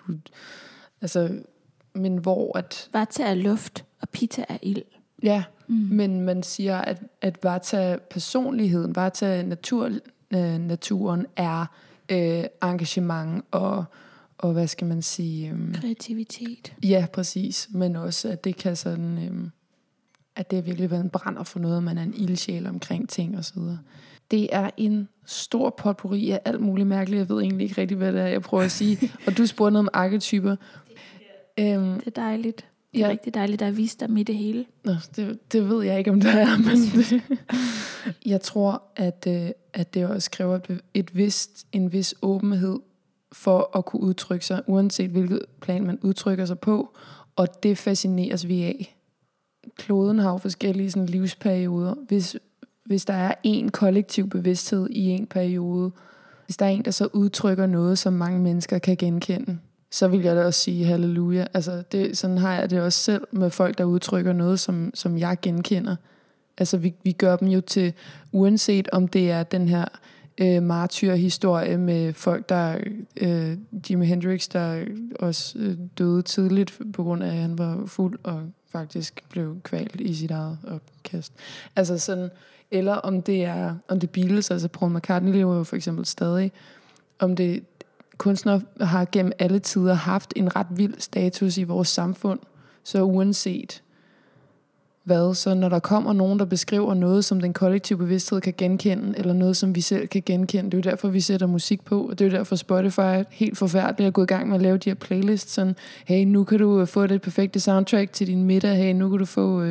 Men hvor at... Vata er luft, og Pitta er ild. Ja, men man siger, at Vata-personligheden, Vata-naturen er engagement og hvad skal man sige... kreativitet. Ja, præcis. Men også, at det kan sådan... at det virkelig været en brænder for noget, man er en ildsjæl omkring ting og så videre. Det er en stor potpourri af alt muligt mærkeligt. Jeg ved egentlig ikke rigtig, hvad det er, jeg prøver at sige. Og du spurgte noget om arketyper. Det er dejligt. Det er rigtig dejligt, der er vist dig i det hele. Nå, det ved jeg ikke, om der er, men jeg tror, at det også kræver en vis åbenhed for at kunne udtrykke sig, uanset hvilket plan man udtrykker sig på, og det fascineres vi af. Kloden har jo forskellige sådan, livsperioder. Hvis der er en kollektiv bevidsthed i en periode, hvis der er en, der så udtrykker noget, som mange mennesker kan genkende, så vil jeg da også sige halleluja. Altså, sådan har jeg det også selv med folk, der udtrykker noget, som jeg genkender. Altså, vi gør dem jo til, uanset om det er den her martyrhistorie med folk, der Jimi Hendrix, der også døde tidligt på grund af, at han var fuld og faktisk blev kvalt i sit eget opkast. Altså sådan, eller om det er Beatles, altså Paul McCartney lever jo for eksempel stadig, om det kunstnere har gennem alle tider haft en ret vild status i vores samfund, så uanset hvad, så når der kommer nogen, der beskriver noget, som den kollektive bevidsthed kan genkende, eller noget, som vi selv kan genkende, det er jo derfor, vi sætter musik på, og det er jo derfor, Spotify er helt forfærdeligt at gå i gang med at lave de her playlists, sådan, hey, nu kan du få det perfekte soundtrack til din middag, hey, nu kan du få,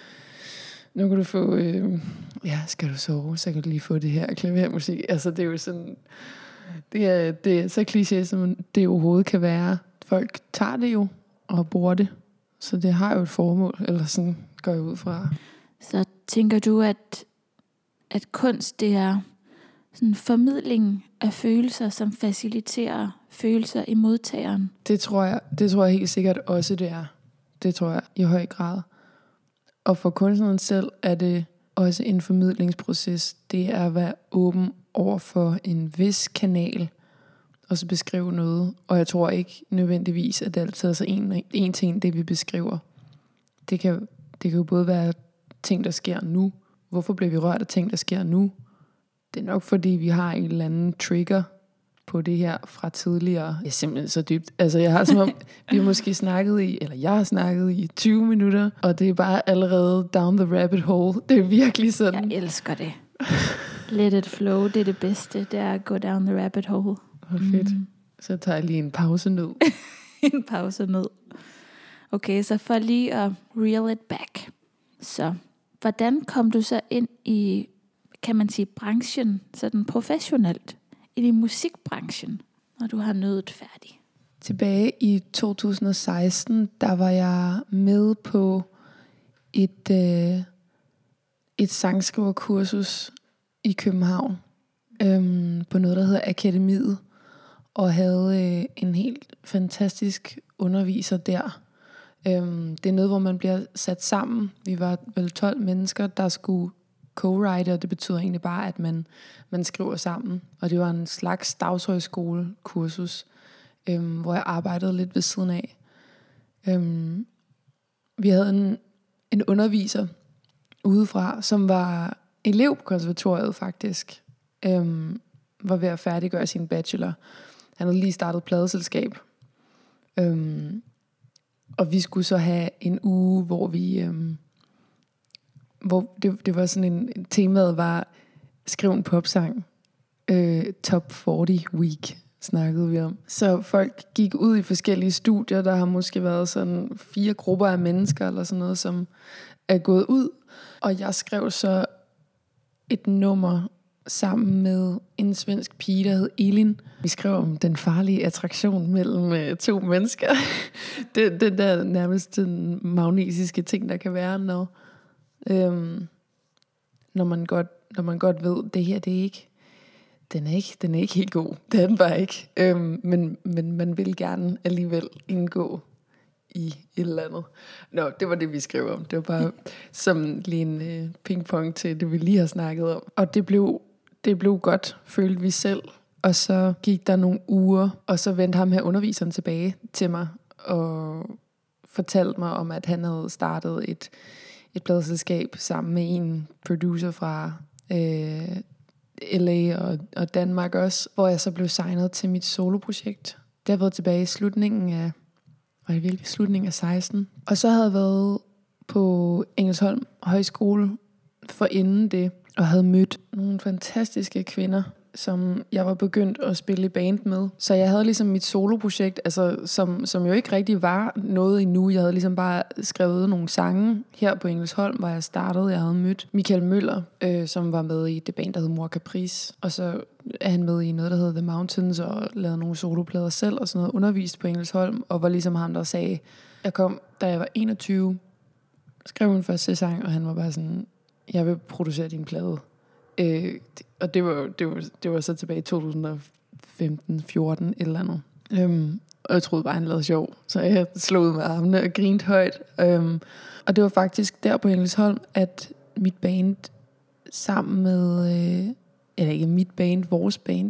ja, skal du sove, så kan du lige få det her klavermusik, altså det er jo sådan, det er så kliché, som det overhovedet kan være. Folk tager det jo, og bruger det, så det har jo et formål, eller sådan går jeg ud fra. Så tænker du, at kunst, det er sådan en formidling af følelser, som faciliterer følelser i modtageren? Det tror jeg helt sikkert også, det er. Det tror jeg i høj grad. Og for kunstneren selv er det også en formidlingsproces. Det er at være åben over for en vis kanal, og så beskrive noget. Og jeg tror ikke nødvendigvis, at det altid er så en ting, det vi beskriver. Det kan jo både være ting, der sker nu. Hvorfor bliver vi rørt af ting, der sker nu? Det er nok fordi, vi har en eller anden trigger på det her fra tidligere. Det er simpelthen så dybt. Altså jeg har som om, jeg har snakket i 20 minutter, og det er bare allerede down the rabbit hole. Det er virkelig sådan. Jeg elsker det. Let it flow, det er det bedste. Det er at gå down the rabbit hole. Hvor fedt. Så tager jeg lige en pause ned. En pause ned. Okay, så for lige at reel it back. Så, hvordan kom du så ind i, kan man sige, branchen, sådan professionelt, i musikbranchen, når du har nødet færdig? Tilbage i 2016, der var jeg med på et sangskriverkursus i København, på noget, der hedder Akademiet, og havde en helt fantastisk underviser der. Det er noget, hvor man bliver sat sammen. Vi var vel 12 mennesker, der skulle co-writer. Det betyder egentlig bare, at man skriver sammen. Og det var en slags dagshøjskole-kursus, hvor jeg arbejdede lidt ved siden af. Vi havde en underviser udefra, som var elev på konservatoriet faktisk. Var ved at færdiggøre sin bachelor. Han havde lige startet pladeselskab. Og vi skulle så have en uge, hvor vi... hvor det var sådan en... Temaet var skriv en popsang. Top 40 week snakkede vi om. Så folk gik ud i forskellige studier. Der har måske været sådan 4 grupper af mennesker, eller sådan noget, som er gået ud. Og jeg skrev så et nummer sammen med en svensk pige, der hed Elin. Vi skrev om den farlige attraktion mellem 2 mennesker. det der nærmest den magnetiske ting, der kan være, når man godt ved, det her, det er ikke, den er ikke helt god. Det er den bare ikke. Men man vil gerne alligevel indgå i et eller andet. Det var det, vi skrev om. Det var bare som lige en pingpong til det, vi lige har snakket om. Og det blev godt, følte vi selv. Og så gik der nogle uger, og så vendte ham her underviseren tilbage til mig, og fortalte mig om, at han havde startet et pladeselskab sammen med en producer fra LA og Danmark også, hvor jeg så blev signet til mit soloprojekt. Det har været tilbage i slutningen af 16. Og så havde jeg været på Engelsholm Højskole for inden det, og havde mødt nogle fantastiske kvinder, som jeg var begyndt at spille i band med. Så jeg havde ligesom mit soloprojekt, altså, som jo ikke rigtig var noget endnu. Jeg havde ligesom bare skrevet nogle sange her på Engelsholm, hvor jeg startede. Jeg havde mødt Michael Møller, som var med i det band, der hed Mor Caprice. Og så er han med i noget, der hedder The Mountains, og lavede nogle soloplader selv, og sådan noget, undervist på Engelsholm, og var ligesom ham, der sagde, jeg kom, da jeg var 21, skrev en første sang, og han var bare sådan, jeg vil producere din plade. Og det var så tilbage i 2015, 14 et eller andet. Og jeg troede bare, han lavede sjov. Så jeg slog ud med armene og grinte højt. Og det var faktisk der på Engelsholm, at mit band sammen med... eller ikke mit band, vores band.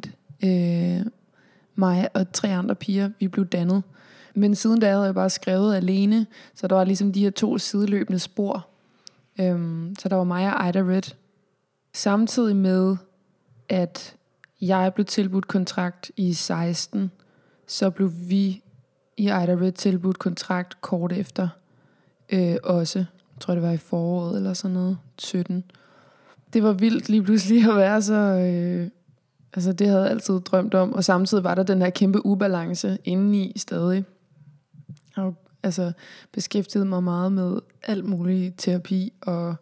Mig og 3 andre piger, vi blev dannet. Men siden da havde jeg bare skrevet alene. Så der var ligesom de her 2 sideløbende spor. Så der var mig og Ida Red. Samtidig med, at jeg blev tilbudt kontrakt i 16, så blev vi i Ida Red tilbudt kontrakt kort efter. Også, jeg tror det var i foråret eller sådan noget, 17. Det var vildt lige pludselig at være så... altså det havde jeg altid drømt om. Og samtidig var der den her kæmpe ubalance indeni stadig. Jeg har altså beskæftiget mig meget med alt muligt terapi og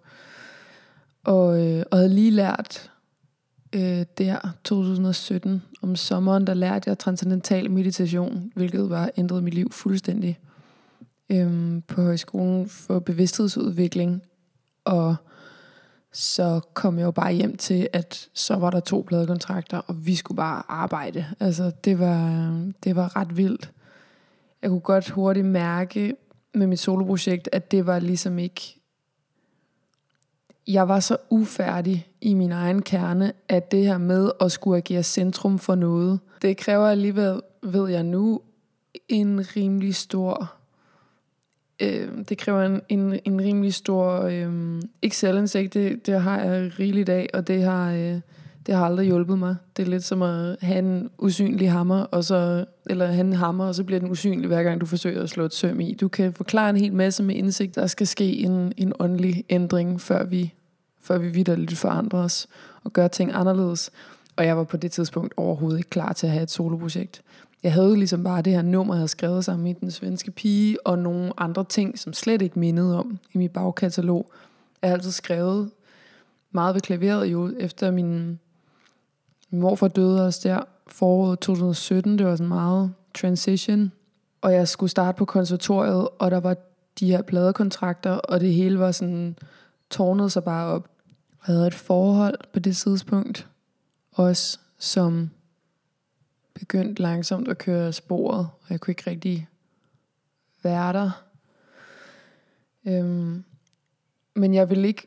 havde lige lært der 2017 om sommeren, der lærte jeg transcendental meditation, hvilket var ændret mit liv fuldstændig på højskolen for bevidsthedsudvikling. Og så kom jeg jo bare hjem til, at så var der 2 pladekontrakter, og vi skulle bare arbejde. Altså det var ret vildt. Jeg kunne godt hurtigt mærke med mit soloprojekt, at det var ligesom ikke... Jeg var så ufærdig i min egen kerne, at det her med at skulle agere centrum for noget, det kræver alligevel, ved jeg nu, en rimelig stor... det kræver en rimelig stor ikke selvindsigt. Det har jeg rigeligt af, og det har aldrig hjulpet mig. Det er lidt som at have en usynlig hammer, eller have en hammer, og så bliver den usynlig, hver gang du forsøger at slå et søm i. Du kan forklare en hel masse med indsigt. Der skal ske en åndelig ændring, før vi vitterligt forandrer os og gør ting anderledes. Og jeg var på det tidspunkt overhovedet ikke klar til at have et soloprojekt. Jeg havde ligesom bare det her nummer, jeg havde skrevet sammen med den svenske pige, og nogle andre ting, som slet ikke mindede om i mit bagkatalog. Jeg har altid skrevet meget ved klaveret jo, efter min morfar døde også der foråret 2017. Det var sådan meget transition. Og jeg skulle starte på konservatoriet, og der var de her pladekontrakter, og det hele var sådan, tårnede sig bare op. Jeg havde et forhold på det tidspunkt, også som begyndte langsomt at køre sporet, og jeg kunne ikke rigtig være der. Men jeg ville ikke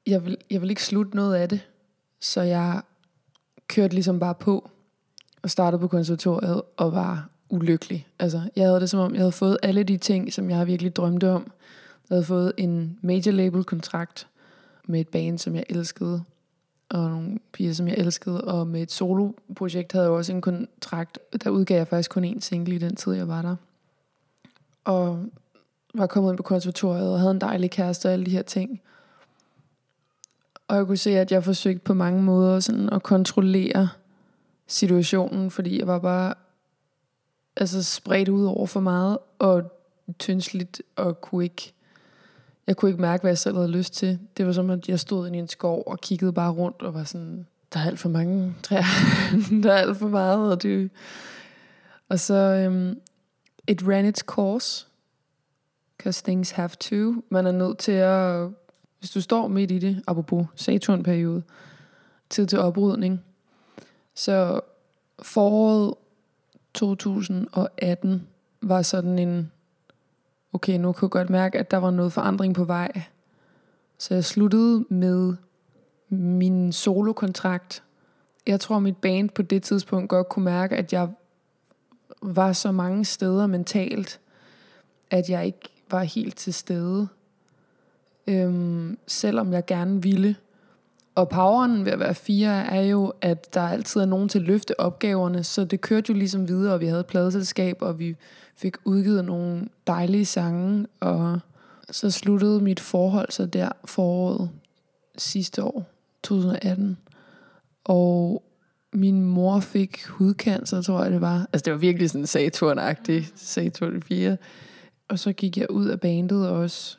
jeg vil ikke slutte noget af det. Så jeg kørte ligesom bare på og startede på konservatoriet og var ulykkelig. Altså, jeg havde det som om, jeg havde fået alle de ting, som jeg har virkelig drømte om. Jeg havde fået en major label kontrakt med et band, som jeg elskede, og nogle piger, som jeg elskede, og med et soloprojekt havde jeg også en kontrakt. Der udgav jeg faktisk kun én single i den tid, jeg var der. Og var kommet ind på konservatoriet og havde en dejlig kæreste og alle de her ting. Og jeg kunne se, at jeg forsøgte på mange måder sådan at kontrollere situationen, fordi jeg var bare spredt ud over for meget og tyndsligt og jeg kunne ikke mærke, hvad jeg selv havde lyst til. Det var som, at jeg stod inde i en skov og kiggede bare rundt og var sådan, der er alt for mange træer. Der er alt for meget. Og så it ran its course. Because things have to. Man er nødt til at, hvis du står midt i det, apropos Saturn-periode, tid til oprydning. Så foråret 2018 var sådan en, okay, nu kunne jeg godt mærke, at der var noget forandring på vej. Så jeg sluttede med min solokontrakt. Jeg tror, mit band på det tidspunkt godt kunne mærke, at jeg var så mange steder mentalt, at jeg ikke var helt til stede. Selvom jeg gerne ville. Og poweren ved at være 4 er jo, at der altid er nogen til at løfte opgaverne, så det kørte jo ligesom videre, og vi havde et pladeselskab, og vi fik udgivet nogle dejlige sange, og så sluttede mit forhold så der foråret sidste år, 2018. Og min mor fik hudcancer, tror jeg det var. Altså det var virkelig sådan Saturn-agtigt, Saturn 4. Og så gik jeg ud af bandet også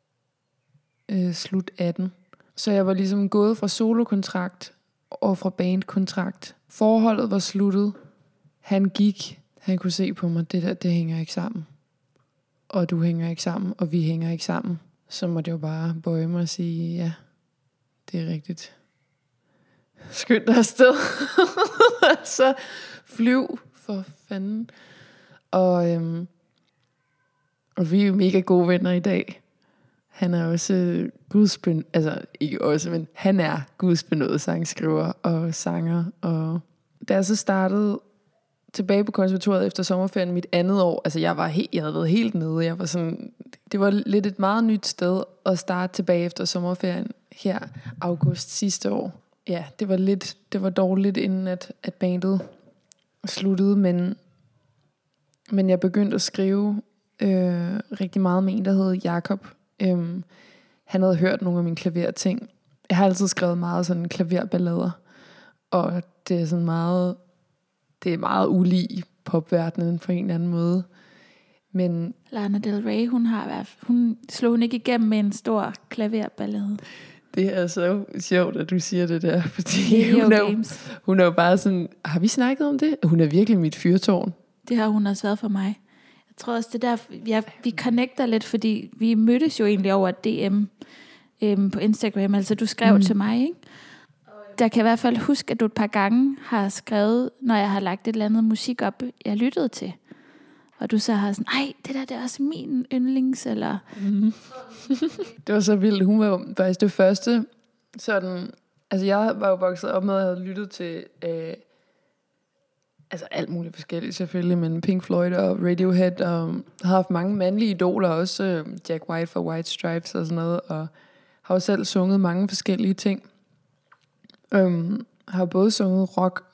slut 18. Så jeg var ligesom gået fra solokontrakt og fra bandkontrakt. Forholdet var sluttet. Han gik. Han kunne se på mig, det hænger ikke sammen. Og du hænger ikke sammen, og vi hænger ikke sammen. Så måtte jeg jo bare bøje mig og sige, ja, det er rigtigt. Skynd dig afsted. Så flyv for fanden. Og vi er jo mega gode venner i dag. Han er også ikke også, men han er gudsbenådet sangskriver og sanger. Og da jeg så startede tilbage på konservatoriet efter sommerferien mit andet år, altså jeg havde været helt nede. Jeg var sådan, det var lidt et meget nyt sted at starte tilbage efter sommerferien her august sidste år. Ja, det var dårligt inden at bandet sluttede, men jeg begyndte at skrive rigtig meget med en, der hed Jakob. Han havde hørt nogle af mine klaverting. Jeg har altid skrevet meget sådan klaverballader, og det er sådan meget, det er meget ulig popverdenen på en eller anden måde. Men Lana Del Rey, hun slog ikke igennem med en stor klaverballade. Det er så sjovt, at du siger det der, fordi hun er jo bare sådan, har vi snakket om det? Hun er virkelig mit fyrtårn. Det har hun også været for mig. Jeg tror også, det der, vi connecter lidt, fordi vi mødtes jo egentlig over DM på Instagram. Altså, du skrev til mig, ikke? Der kan i hvert fald huske, at du et par gange har skrevet, når jeg har lagt et eller andet musik op, jeg lyttede til. Og du så har sådan, ej, det er også min yndlings, eller... Det var så vildt. Hun var jo faktisk det første sådan... Altså, jeg var jo vokset op med, at jeg havde lyttet til... alt muligt forskelligt selvfølgelig, men Pink Floyd og Radiohead, og har haft mange mandlige idoler også, Jack White fra White Stripes og sådan noget, og har jo selv sunget mange forskellige ting. Har både sunget rock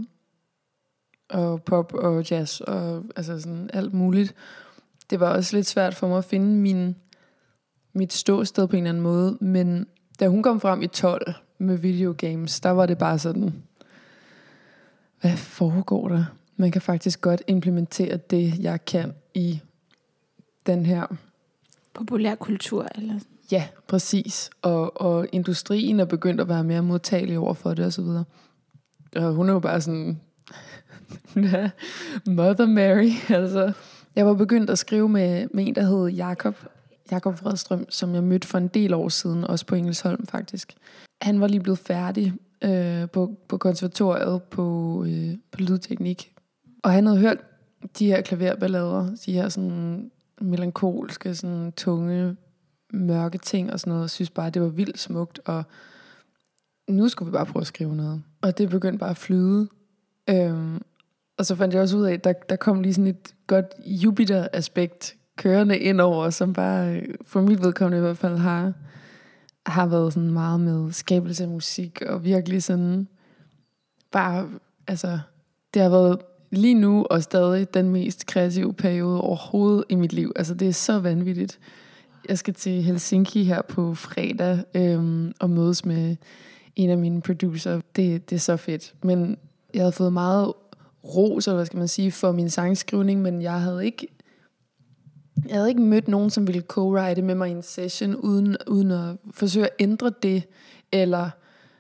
og pop og jazz og altså sådan alt muligt. Det var også lidt svært for mig at finde mit ståsted på en eller anden måde, men da hun kom frem i 12 med videogames, der var det bare sådan, hvad foregår der? Man kan faktisk godt implementere det, jeg kan i den her populærkultur, eller? Ja, præcis. Og industrien er begyndt at være mere modtagelig over for det, og så videre. Og hun er jo bare sådan, Mother Mary, altså. Jeg var begyndt at skrive med en, der hed Jakob Fredstrøm, som jeg mødte for en del år siden, også på Engelsholm faktisk. Han var lige blevet færdig på konservatoriet på lydteknik. Og han havde hørt de her klaverballader, de her sådan melankolske, sådan tunge mørke ting og sådan noget, og synes bare, det var vildt smukt, og nu skulle vi bare prøve at skrive noget. Og det begyndte bare at flyde. Og så fandt jeg også ud af, at der kom lige sådan et godt Jupiter-aspekt kørende indover, som bare, for mit vedkommende i hvert fald, har været sådan meget med skabelse af musik, og virkelig sådan, bare, altså, det har været lige nu og stadig den mest kreative periode overhovedet i mit liv. Altså, det er så vanvittigt. Jeg skal til Helsinki her på fredag, og mødes med en af mine producer. Det er så fedt. Men jeg havde fået meget ros, eller hvad skal man sige, for min sangskrivning, men jeg havde ikke mødt nogen, som ville co-write med mig i en session, uden at forsøge at ændre det, eller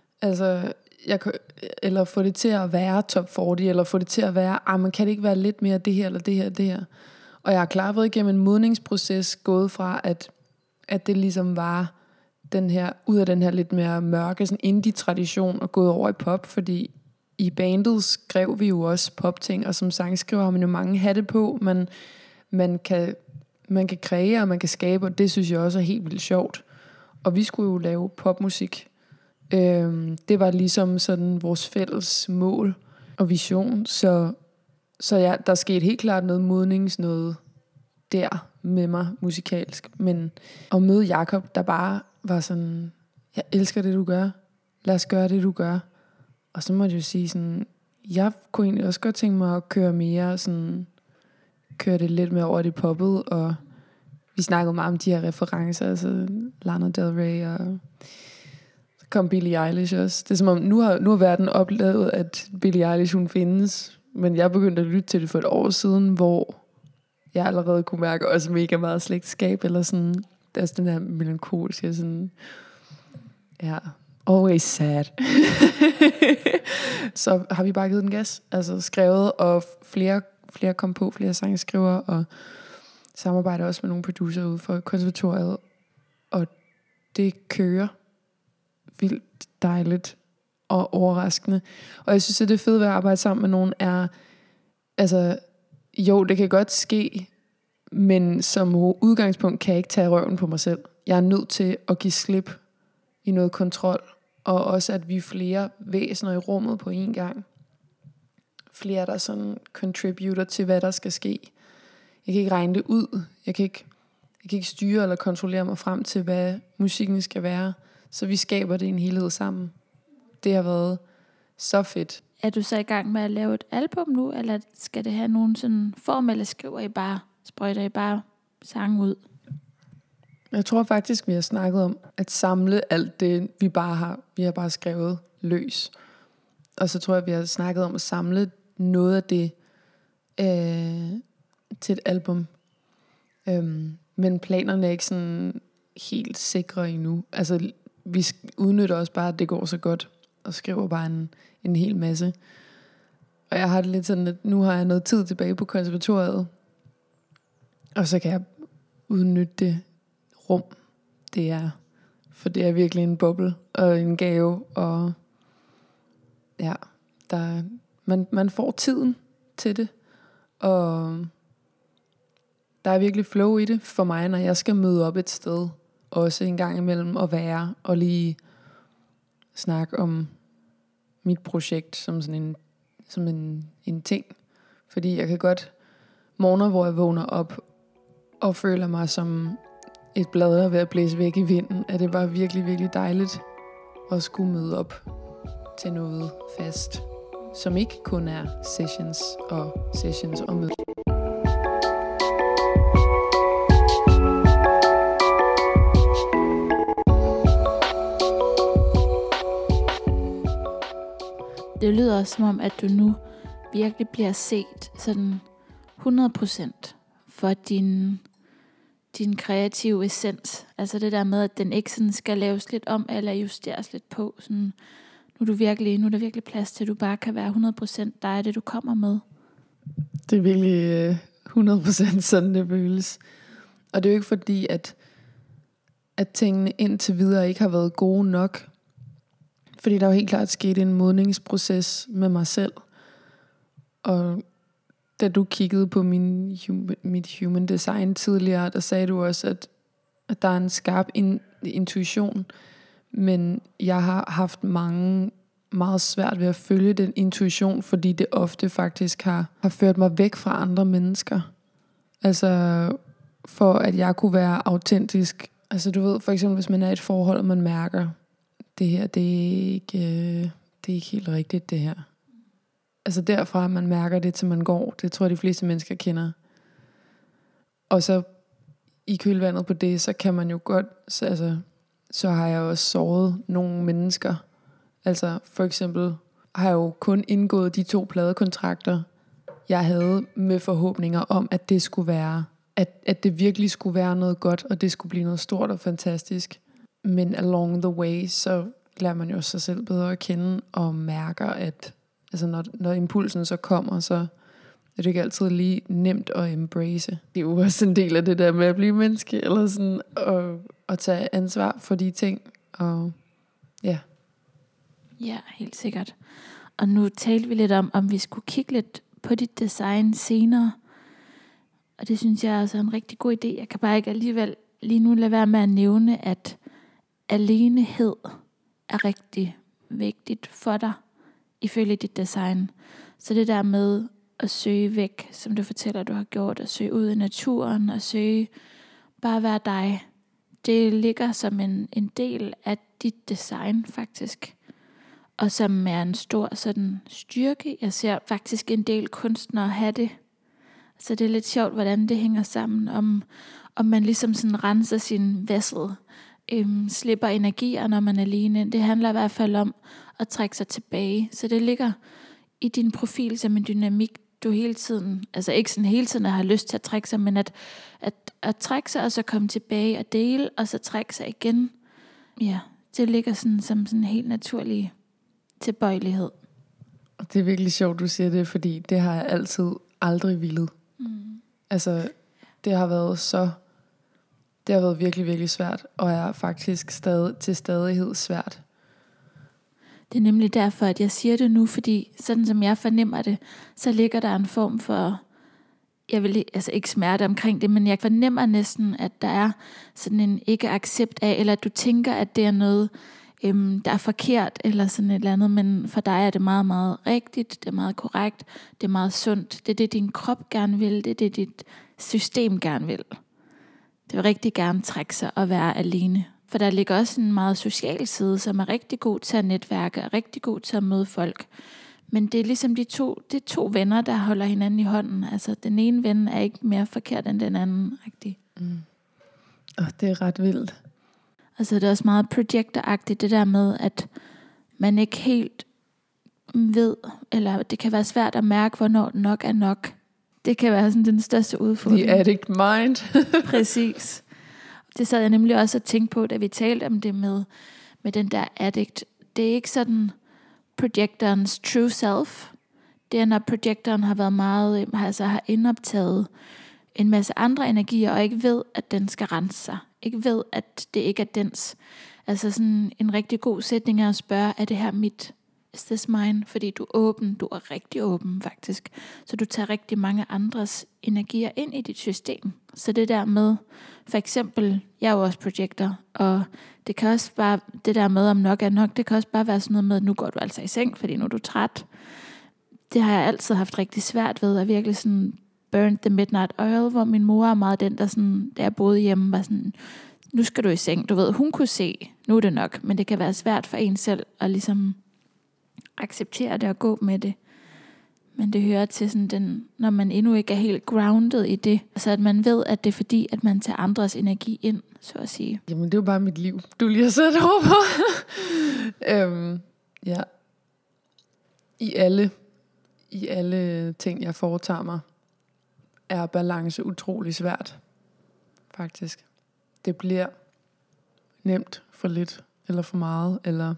eller få det til at være top 40, eller få det til at være, man kan det ikke være lidt mere det her, eller det her, det her. Og jeg har klart været igennem en modningsproces, gået fra, at det ligesom var den her, ud af den her lidt mere mørke, sådan indie-tradition, og gået over i pop, fordi i bandet skrev vi jo også popting, og som sangskriver har man jo mange hatte på, man kan kreere, og man kan skabe, og det synes jeg også er helt vildt sjovt. Og vi skulle jo lave popmusik. Det var ligesom sådan vores fælles mål og vision, så ja, der skete helt klart noget der med mig musikalsk. Men at møde Jakob, der bare var sådan, jeg elsker det du gør, lad os gøre det du gør. Og så måtte jeg jo sige sådan, jeg kunne egentlig også godt tænke mig at køre det lidt mere over det poppet, og vi snakkede meget om de her referencer, altså Lana Del Rey, og så kom Billie Eilish også. Det er som om, nu har verden oplevet, at Billie Eilish hun findes, men jeg begyndte at lytte til det for et år siden, hvor jeg allerede kunne mærke også mega meget slægtskab, eller sådan, der er den her melankolske, sådan, ja, always sad. Så har vi bare givet den gas, altså skrevet, og flere kom på, flere sangskriver, og samarbejder også med nogle producer ude for konservatoriet, og det kører vildt dejligt og overraskende. Og jeg synes, at det fede ved at arbejde sammen med nogen er, altså, jo, det kan godt ske, men som udgangspunkt kan jeg ikke tage røven på mig selv. Jeg er nødt til at give slip i noget kontrol, og også at vi er flere væsener i rummet på en gang. Flere, der sådan contributor til, hvad der skal ske. Jeg kan ikke regne det ud. Jeg kan ikke styre eller kontrollere mig frem til, hvad musikken skal være. Så vi skaber det i en helhed sammen. Det har været så fedt. Er du så i gang med at lave et album nu, eller skal det have nogen sådan form, eller sprøjter I bare sange ud? Jeg tror faktisk, vi har snakket om at samle alt det, vi har bare skrevet løs. Og så tror jeg, vi har snakket om at samle noget af det til et album. Men planerne er ikke sådan helt sikre endnu. Altså, vi udnytter også bare, at det går så godt, og skriver bare en hel masse. Og jeg har det lidt sådan, at nu har jeg noget tid tilbage på konservatoriet, og så kan jeg udnytte det rum, det er. For det er virkelig en boble og en gave, og ja, man får tiden til det, og der er virkelig flow i det for mig, når jeg skal møde op et sted, også en gang imellem at være, og lige snakke om mit projekt som sådan en ting. Fordi jeg kan godt morgener, hvor jeg vågner op og føler mig som et blad ved at blæse væk i vinden, at det var virkelig, virkelig dejligt at skulle møde op til noget fast, som ikke kun er sessions og møder. Det lyder også som om, at du nu virkelig bliver set sådan 100% for din kreative essens. Altså det der med, at den ikke sådan skal laves lidt om, eller justeres lidt på. Sådan, nu er der virkelig plads til, at du bare kan være 100% dig, det du kommer med. Det er virkelig 100% sådan, det føles. Og det er jo ikke fordi, at tingene indtil videre ikke har været gode nok. Fordi der er jo helt klart sket en modningsproces med mig selv. Og da du kiggede på mit human design tidligere, der sagde du også, at der er en skarp intuition, men jeg har haft meget svært ved at følge den intuition, fordi det ofte faktisk har ført mig væk fra andre mennesker. Altså for at jeg kunne være autentisk. Altså du ved, for eksempel hvis man er i et forhold, og man mærker, det her, det er ikke helt rigtigt det her. Altså derfra, man mærker det, til man går. Det tror jeg, de fleste mennesker kender. Og så i kølvandet på det, så kan man jo godt, så har jeg også såret nogle mennesker. Altså for eksempel har jeg jo kun indgået de 2 pladekontrakter, jeg havde med forhåbninger om, at det skulle være, at det virkelig skulle være noget godt, og det skulle blive noget stort og fantastisk. Men along the way, så lærer man jo sig selv bedre at kende, og mærker, at altså når impulsen så kommer, så er det ikke altid lige nemt at embrace. Det er jo også en del af det der med at blive menneske, eller sådan, og tage ansvar for de ting, og ja. Ja, helt sikkert. Og nu talte vi lidt om vi skulle kigge lidt på dit design senere. Og det synes jeg er altså en rigtig god idé. Jeg kan bare ikke alligevel lige nu lade være med at nævne, at alenehed er rigtig vigtigt for dig, ifølge dit design. Så det der med at søge væk, som du fortæller, du har gjort, at søge ud i naturen, og søge bare at være dig, det ligger som en del af dit design faktisk. Og som er en stor sådan styrke. Jeg ser faktisk en del kunstnere have det. Så det er lidt sjovt, hvordan det hænger sammen. Om man ligesom sådan renser sin vessel, slipper energier, når man er alene. Det handler i hvert fald om at trække sig tilbage. Så det ligger i din profil som en dynamik, du hele tiden, altså ikke sådan hele tiden har lyst til at trække sig, men at trække sig, og så komme tilbage og dele, og så trække sig igen. Ja, det ligger sådan som sådan en helt naturlig tilbøjelighed. Det er virkelig sjovt, du siger det, fordi det har jeg aldrig villet. Altså, det har været virkelig, virkelig svært, og er faktisk til stadighed svært. Det er nemlig derfor, at jeg siger det nu, fordi sådan som jeg fornemmer det, så ligger der en form for, jeg vil altså ikke smerte omkring det, men jeg fornemmer næsten, at der er sådan en ikke-accept af, eller at du tænker, at det er noget, der er forkert, eller sådan et eller andet, men for dig er det meget, meget rigtigt, det er meget korrekt, det er meget sundt, det er det, din krop gerne vil, det er det, dit system gerne vil. Det vil rigtig gerne trække sig og være alene. For der ligger også en meget social side, som er rigtig god til at netværke, og rigtig god til at møde folk. Men det er ligesom det er to venner, der holder hinanden i hånden. Altså den ene ven er ikke mere forkert end den anden, rigtig. Det er ret vildt. Altså det er også meget projektoragtigt, det der med, at man ikke helt ved, eller det kan være svært at mærke, hvornår nok er nok. Det kan være sådan den største udfordring. The addict mind. Præcis. Det sad jeg nemlig også at tænke på, da vi talte om det med den der addict. Det er ikke sådan projektorens true self. Det er, når projektoren har været meget, altså har indoptaget en masse andre energier, og ikke ved, at den skal rense sig. Ikke ved, at det ikke er dens. Altså sådan en rigtig god sætning er at spørge, er det her mit? Is this mine? Fordi du er åben. Du er rigtig åben, faktisk. Så du tager rigtig mange andres energier ind i dit system. Så det der med, for eksempel, jeg er jo også projektor, og det kan også bare, det der med, om nok er nok, det kan også bare være sådan noget med, at nu går du altså i seng, fordi nu er du træt. Det har jeg altid haft rigtig svært ved, at virkelig sådan burn the midnight oil, hvor min mor er meget den, der sådan, da jeg boede hjemme, var sådan, nu skal du i seng. Du ved, hun kunne se, nu er det nok, men det kan være svært for en selv at ligesom acceptere det og gå med det. Men det hører til sådan den, når man endnu ikke er helt grounded i det, så at man ved, at det er fordi, at man tager andres energi ind, så at sige. Jamen det er jo bare mit liv, du lige har sat over på. Ja. I alle ting, jeg foretager mig, er balance utrolig svært, faktisk. Det bliver nemt for lidt, eller for meget, eller...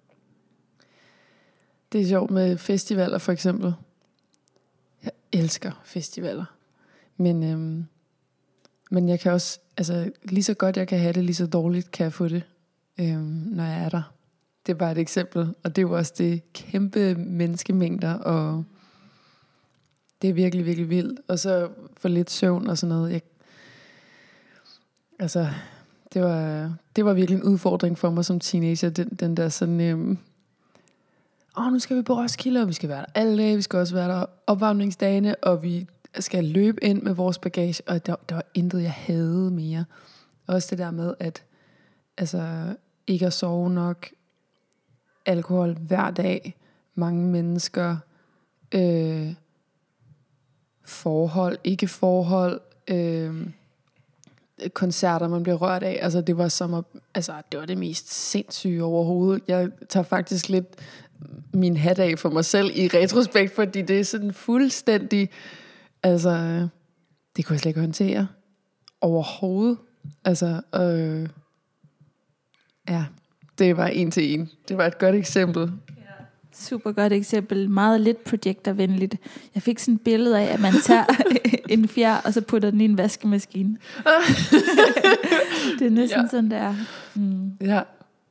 Det er sjovt med festivaler, for eksempel. Jeg elsker festivaler. Men jeg kan også, altså lige så godt jeg kan have det, lige så dårligt kan jeg få det, når jeg er der. Det er bare et eksempel, og det er jo også det kæmpe menneskemængder, og det er virkelig, virkelig vildt. Og så for lidt søvn og sådan noget. Altså, det var virkelig en udfordring for mig som teenager, den der sådan, nu skal vi på Roskilde, og vi skal være der alle dage, vi skal også være der opvarmningsdagene, og vi skal løbe ind med vores bagage, og der var intet, jeg havde mere. Også det der med, at altså, ikke at sove nok, alkohol hver dag, mange mennesker, forhold, ikke forhold, koncerter, man bliver rørt af. Altså, det var det var det mest sindssyge overhovedet. Jeg tager faktisk lidt min hat af for mig selv i retrospekt, fordi det er sådan fuldstændig, altså, det kunne jeg slet ikke håndtere overhovedet. Altså, ja, det var 1 til 1. Det var et godt eksempel. Super godt eksempel. Meget lidt projektorvenligt. Jeg fik sådan et billede af, at man tager en fjer, og så putter den i en vaskemaskine. Det er næsten sådan, der. Ja.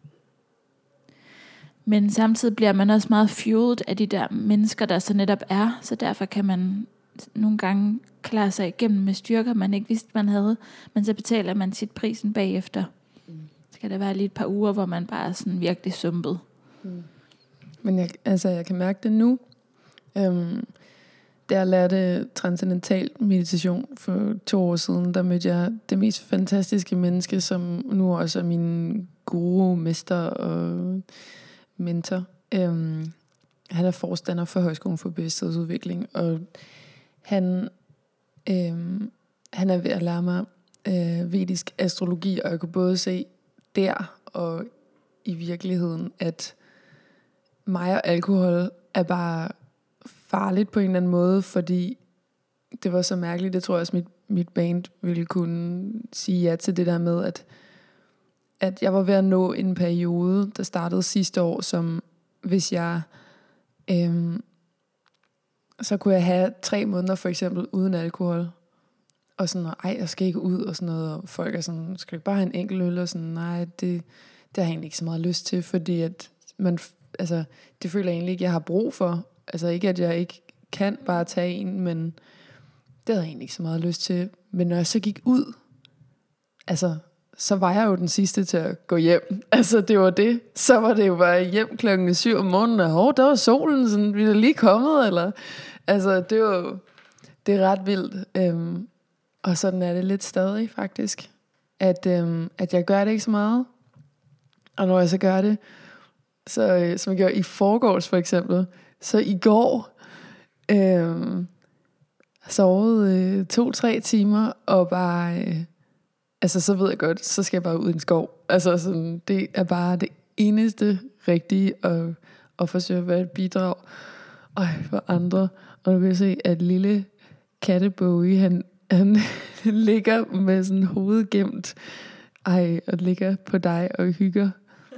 Men samtidig bliver man også meget fueled af de der mennesker, der så netop er. Så derfor kan man nogle gange klare sig igennem med styrker, man ikke vidste, man havde. Men så betaler man sit prisen bagefter. Så kan der være lige et par uger, hvor man bare er sådan virkelig sumpet. Men jeg kan mærke det nu. Da jeg lærte transcendental meditation for 2 år siden, der mødte jeg det mest fantastiske menneske, som nu også er min guru, mester og mentor. Han er forstander for Højskolen for Bevidsthedsudvikling, og han er ved at lære mig vedisk astrologi, og jeg kunne både se der og i virkeligheden, at mig og alkohol er bare farligt på en eller anden måde, fordi det var så mærkeligt. Det tror jeg også, mit band ville kunne sige ja til det der med, at jeg var ved at nå en periode, der startede sidste år, som hvis jeg så kunne jeg have 3 måneder for eksempel uden alkohol, og sådan, jeg skal ikke ud og sådan noget, og folk er sådan, skal ikke bare have en enkelt øl, og sådan, nej, det har jeg egentlig ikke så meget lyst til, fordi at man, altså, det føler jeg egentlig ikke, jeg har brug for. Altså ikke, at jeg ikke kan bare tage en, men det havde jeg egentlig ikke så meget lyst til. Men når jeg så gik ud, altså, så var jeg jo den sidste til at gå hjem. Altså, det var det. Så var det jo bare hjem 7:00 om morgenen, og der var solen, sådan, vi er lige kommet, eller... Altså, det er ret vildt. Og sådan er det lidt stadig, faktisk. At jeg gør det ikke så meget. Og når jeg så gør det, så, som jeg gjorde i forgårs for eksempel, så i går sovet 2-3 timer, og bare, altså så ved jeg godt, så skal jeg bare ud i en skov. Altså sådan, det er bare det eneste rigtige, at forsøge at være et bidrag for andre. Og du kan se, at lille katteboge, han ligger med sådan hovedet gemt, og ligger på dig og hygger.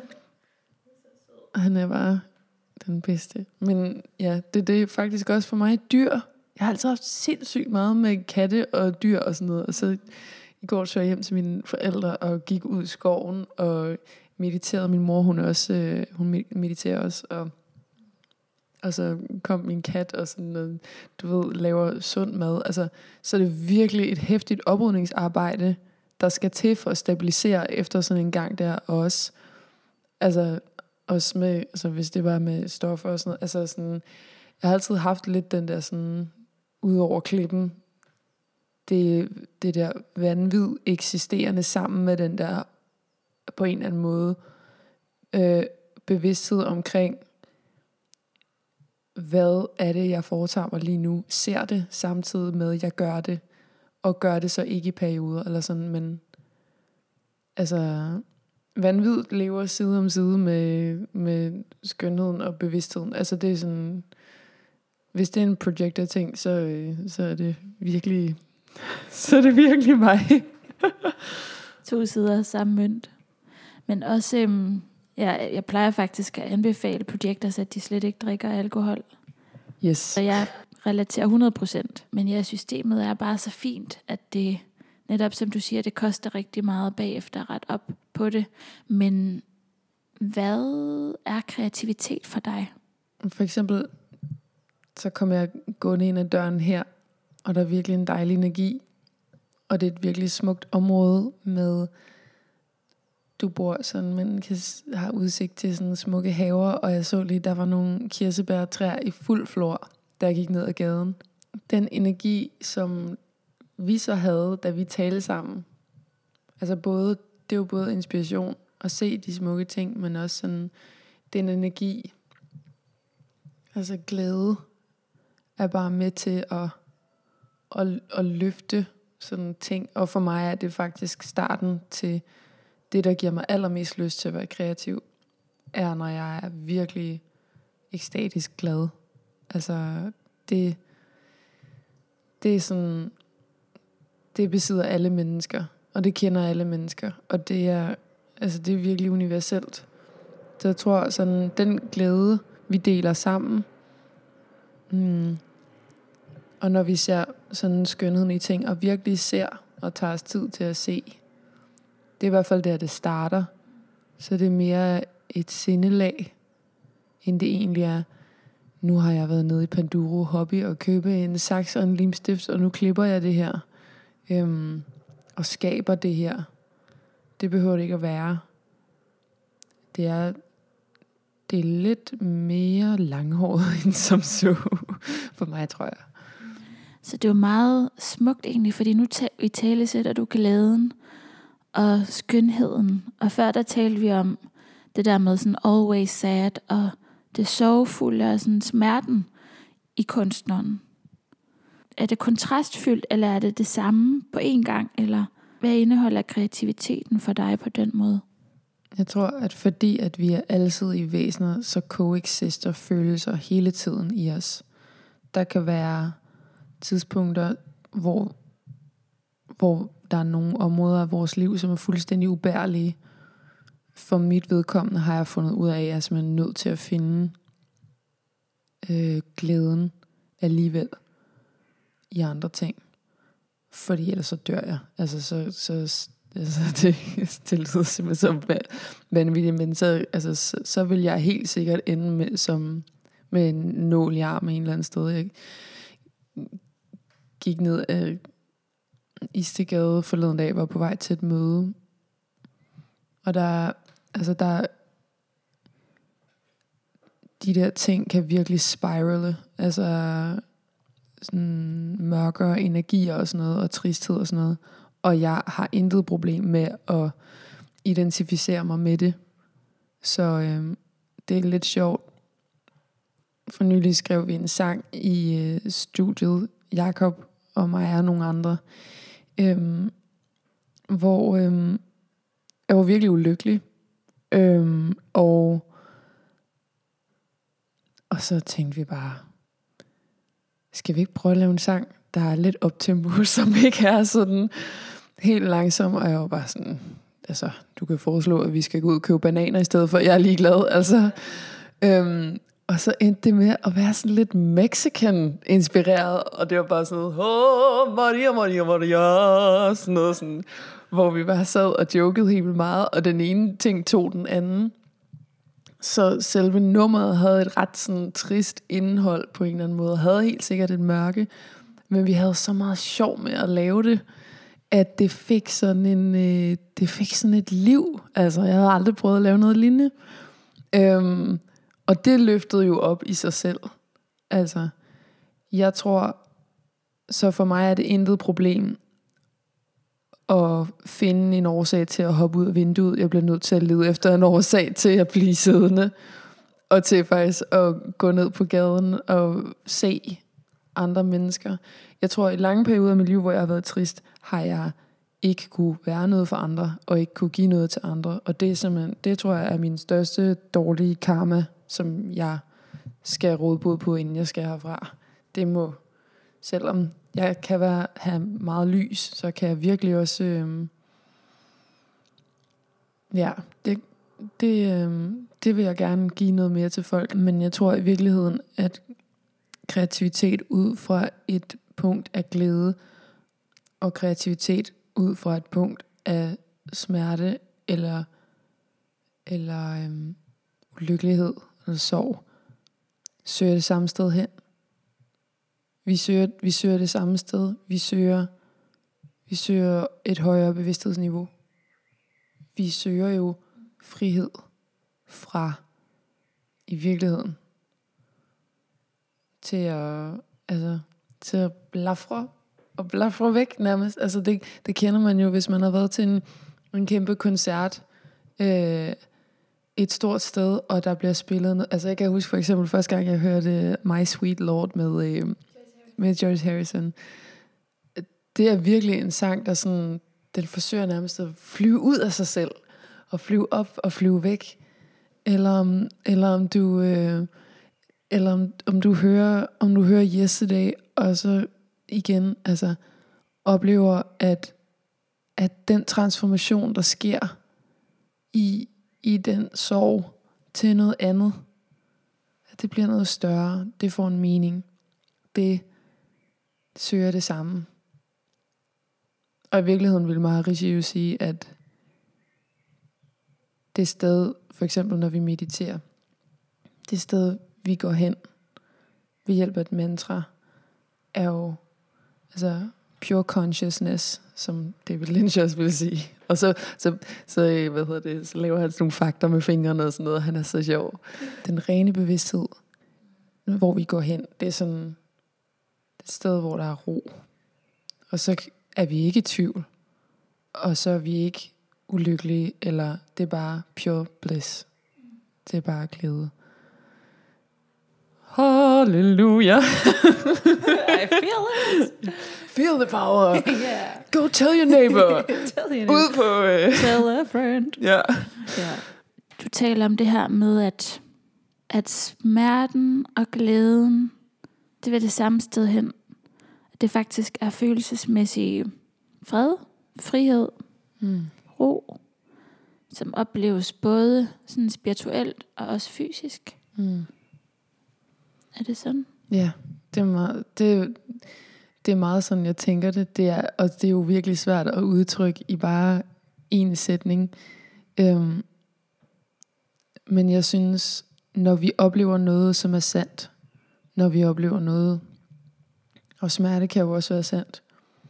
Han er bare den bedste. Men ja, det er faktisk også for mig dyr. Jeg har altid haft sindssygt meget med katte og dyr og sådan noget. Og så i går så jeg hjem til mine forældre og gik ud i skoven og mediterede. Min mor, hun mediterer også. Og så kom min kat og sådan noget, du ved, laver sund mad. Altså, så er det virkelig et heftigt oprydningsarbejde, der skal til for at stabilisere efter sådan en gang der også. Altså, også med, altså hvis det var med stoffer og sådan noget, altså sådan, jeg har altid haft lidt den der sådan, ud over klippen, det der vanvid eksisterende sammen med den der, på en eller anden måde, bevidsthed omkring, hvad er det, jeg foretager mig lige nu, ser det samtidig med, at jeg gør det, og gør det så ikke i perioder, eller sådan, men altså... Vanvid lever side om side med skønheden og bevidstheden. Altså det er sådan, hvis det er en projector-ting, så er det virkelig, mig. 2 sider af samme mønt. Men også, jeg plejer faktisk at anbefale projectors, at de slet ikke drikker alkohol. Yes. Så jeg relaterer 100%. Men ja, systemet er bare så fint, at det netop, som du siger, det koster rigtig meget bagefter at rette op på det. Men hvad er kreativitet for dig? For eksempel, så kommer jeg gående ind ad døren her, og der er virkelig en dejlig energi. Og det er et virkelig smukt område med du bor sådan, man har udsigt til sådan smukke haver, og jeg så lige, der var nogle kirsebærtræer i fuld flor, der gik ned ad gaden. Den energi, som vi så havde, da vi talte sammen, altså det er jo både inspiration at se de smukke ting, men også sådan den energi, altså glæde, er bare med til at løfte sådan ting. Og for mig er det faktisk starten til det, der giver mig allermest lyst til at være kreativ, er, når jeg er virkelig ekstatisk glad. Altså, det er sådan, det besidder alle mennesker, og det kender alle mennesker, og det er virkelig universelt. Så jeg tror, sådan, den glæde, vi deler sammen, og når vi ser sådan skønheden i ting, og virkelig ser, og tager os tid til at se, det er i hvert fald der, det starter. Så det er mere et sindelag, end det egentlig er. Nu har jeg været nede i Panduro Hobby og købe en saks og en limstift, og nu klipper jeg det her. Og skaber det her. Det behøver det ikke at være. Det er lidt mere langhåret end som så. For mig, tror jeg. Så det er jo meget smukt egentlig, fordi nu i tale sætter du glæden og skønheden. Og før der talte vi om det der med sådan always sad og det sorgfulde og sådan smerten i kunstneren. Er det kontrastfyldt, eller er det det samme på én gang? Eller hvad indeholder kreativiteten for dig på den måde? Jeg tror, at fordi at vi er alsidige væsener, så coexister følelser hele tiden i os. Der kan være tidspunkter, hvor der er nogle områder af vores liv, som er fuldstændig ubærlige. For mit vedkommende har jeg fundet ud af, at jeg er simpelthen nødt til at finde glæden alligevel i andre ting. Fordi ellers så dør jeg. Altså det lyder simpelthen så vanvittigt, men så vil jeg helt sikkert ende med en nål i armen en eller anden sted. Jeg gik ned ad Istegade forleden dag, var på vej til et møde, og der de der ting kan virkelig spirale, altså sådan mørkere energier og sådan noget, og tristhed og sådan noget, og jeg har intet problem med at identificere mig med det, så det er lidt sjovt. For nylig skrev vi en sang i studiet, Jakob og mig og nogle andre, hvor jeg var virkelig ulykkelig, og så tænkte vi bare, skal vi ikke prøve at lave en sang, der er lidt optempo, som ikke er sådan helt langsom, og jeg var bare sådan, altså, du kan foreslå, at vi skal gå ud og købe bananer i stedet for, jeg er ligeglad, altså. Og så endte det med at være sådan lidt Mexican-inspireret, og det var bare sådan noget, Maria, Maria, Maria, sådan noget sådan, hvor vi bare sad og jokede helt meget, og den ene ting tog den anden. Så selve nummeret havde et ret sådan trist indhold på en eller anden måde, havde helt sikkert et mørke, men vi havde så meget sjov med at lave det, at det fik sådan et liv. Altså, jeg havde aldrig prøvet at lave noget lignende. Og det løftede jo op i sig selv. Altså, jeg tror, så for mig er det intet problem at finde en årsag til at hoppe ud af vinduet. Jeg bliver nødt til at lede efter en årsag til at blive siddende, og til faktisk at gå ned på gaden og se andre mennesker. Jeg tror, i lange perioder af mit liv, hvor jeg har været trist, har jeg ikke kunne være noget for andre, og ikke kunne give noget til andre. Og det er simpelthen, det tror jeg er min største dårlige karma, som jeg skal råde bod på, inden jeg skal herfra. Det må, selvom jeg kan have meget lys, så kan jeg virkelig også, det vil jeg gerne give noget mere til folk. Men jeg tror i virkeligheden, at kreativitet ud fra et punkt af glæde, og kreativitet ud fra et punkt af smerte, eller ulykkelighed, eller sorg, søger det samme sted hen. Vi søger det samme sted. Vi søger et højere bevidsthedsniveau. vi søger jo frihed fra i virkeligheden til at blafre væk nærmest. Altså det kender man jo, hvis man har været til en kæmpe koncert et stort sted, og der bliver spillet noget. Altså jeg kan huske for eksempel første gang jeg hørte My Sweet Lord med George Harrison. Det er virkelig en sang, der sådan, den forsøger nærmest at flyve ud af sig selv og flyve op og flyve væk. Eller om du hører Yesterday, og så igen altså oplever at den transformation, der sker i den sorg til noget andet, at det bliver noget større, det får en mening, det søger det samme. Og i virkeligheden vil Maharishi jo sige, at det sted, for eksempel når vi mediterer, det sted vi går hen ved hjælp af et mantra, er jo altså pure consciousness, som David Lynch også vil sige. Og så laver han sådan nogle fakter med fingrene og sådan noget, han er så sjov. Den rene bevidsthed, hvor vi går hen, det er sådan et sted, hvor der er ro. Og så er vi ikke i tvivl. Og så er vi ikke ulykkelige, eller det er bare pure bliss. Det er bare glæde. Halleluja. I feel it. Feel the power. Yeah. Go tell your neighbor. Ud på... Tell a friend. Ja. Yeah. Du taler om det her med, at smerten og glæden, det vil det samme sted hen. Det faktisk er følelsesmæssig fred, frihed, ro, som opleves både sådan spirituelt og også fysisk. Er det sådan? Ja, det er meget sådan, jeg tænker det. Og det er jo virkelig svært at udtrykke i bare en sætning. Men jeg synes, når vi oplever noget, som er sandt, når vi oplever noget, og smerte kan jo også være sandt.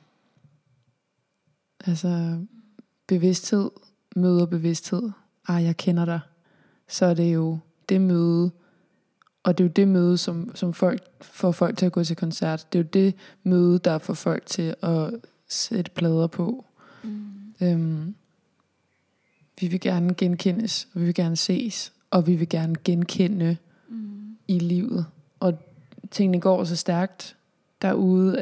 Altså, bevidsthed møder bevidsthed. Jeg kender dig. Så er det jo det møde, og det er jo det møde, som får folk til at gå til koncert. Det er jo det møde, der får folk til at sætte plader på. Vi vil gerne genkendes, og vi vil gerne ses, og vi vil gerne genkende i livet. Og tingene går så stærkt derude,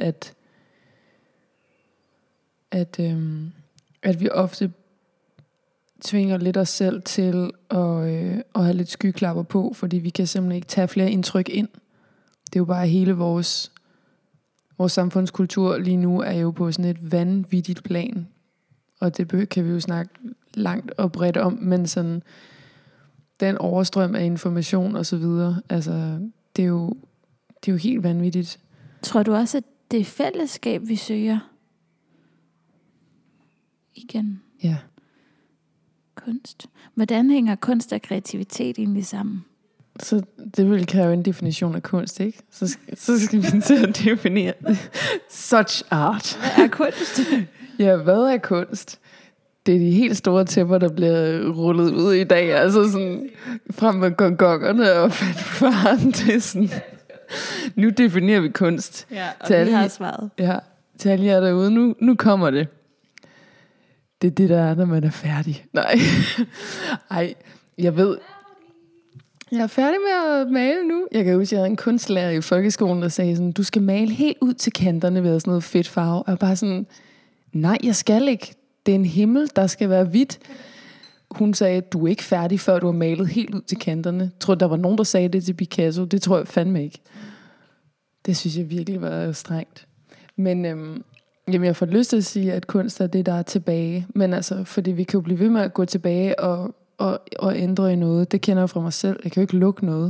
at vi ofte tvinger lidt os selv til at have lidt skyklapper på, fordi vi kan simpelthen ikke tage flere indtryk ind. Det er jo bare hele vores samfundskultur lige nu er jo på sådan et vanvittigt plan. Og det kan vi jo snakke langt og bredt om, men sådan den overstrøm af information og så videre, altså det er jo helt vanvittigt. Tror du også, at det er fællesskab, vi søger? Igen. Ja. Kunst. Hvordan hænger kunst og kreativitet egentlig sammen? Så det vil kræve en definition af kunst, ikke? Så skal vi til at definere such art. Hvad er kunst? Ja, hvad er kunst? Det er de helt store tæpper, der bliver rullet ud i dag. Altså sådan frem med gongongerne og fanfaren. Det er sådan... Nu definerer vi kunst. Ja, og vi har svaret. Ja, til alle jer derude. Nu kommer det. Det er det, der er, når man er færdig. Nej. Ej, jeg ved... Jeg er færdig med at male nu. Jeg kan huske, jeg havde en kunstlærer i folkeskolen, der sagde sådan, du skal male helt ud til kanterne ved sådan noget fedt farve. Og jeg bare sådan, nej, jeg skal ikke. Det er en himmel, der skal være hvidt. Hun sagde, du er ikke færdig, før du har malet helt ud til kanterne. Jeg tror, der var nogen, der sagde det til Picasso. Det tror jeg fandme ikke. Det synes jeg virkelig var strengt. Men jeg får lyst til at sige, at kunst er det, der er tilbage. Men altså, fordi vi kan jo blive ved med at gå tilbage og ændre i noget. Det kender jeg fra mig selv. Jeg kan jo ikke lukke noget.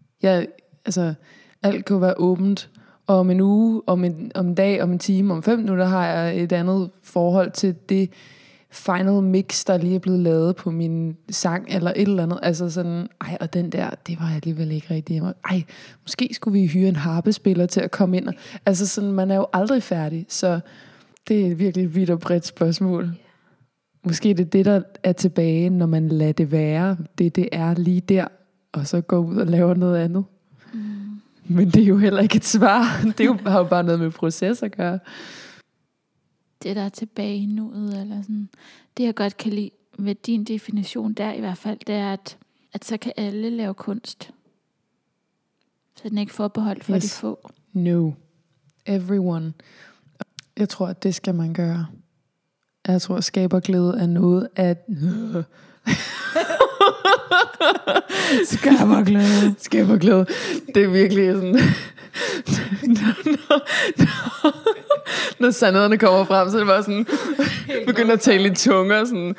Alt kan jo være åbent. Og om en uge, om en dag, om en time, om 5 minutter har jeg et andet forhold til det final mix, der lige er blevet lavet på min sang, eller et eller andet. Altså sådan, og den der, det var alligevel ikke rigtigt. Måske skulle vi hyre en harpespiller til at komme ind. Altså sådan, man er jo aldrig færdig. Så det er virkelig et vidt og bredt spørgsmål. Måske det er det, der er tilbage, når man lader det være. Det er lige der, og så går ud og laver noget andet. Men det er jo heller ikke et svar. Har jo bare noget med proces at gøre. Det, der er tilbage i nuet, eller sådan. Det, jeg godt kan lide ved din definition der i hvert fald, det er, at så kan alle lave kunst. Så den er ikke forbeholdt for de få. No. Everyone. Jeg tror, at det skal man gøre. Jeg tror, at skaberglæde er noget at... Skaberglæde. Det er virkelig sådan... når sandhederne kommer frem, så er det bare sådan... begynder at tale i tunger, sådan...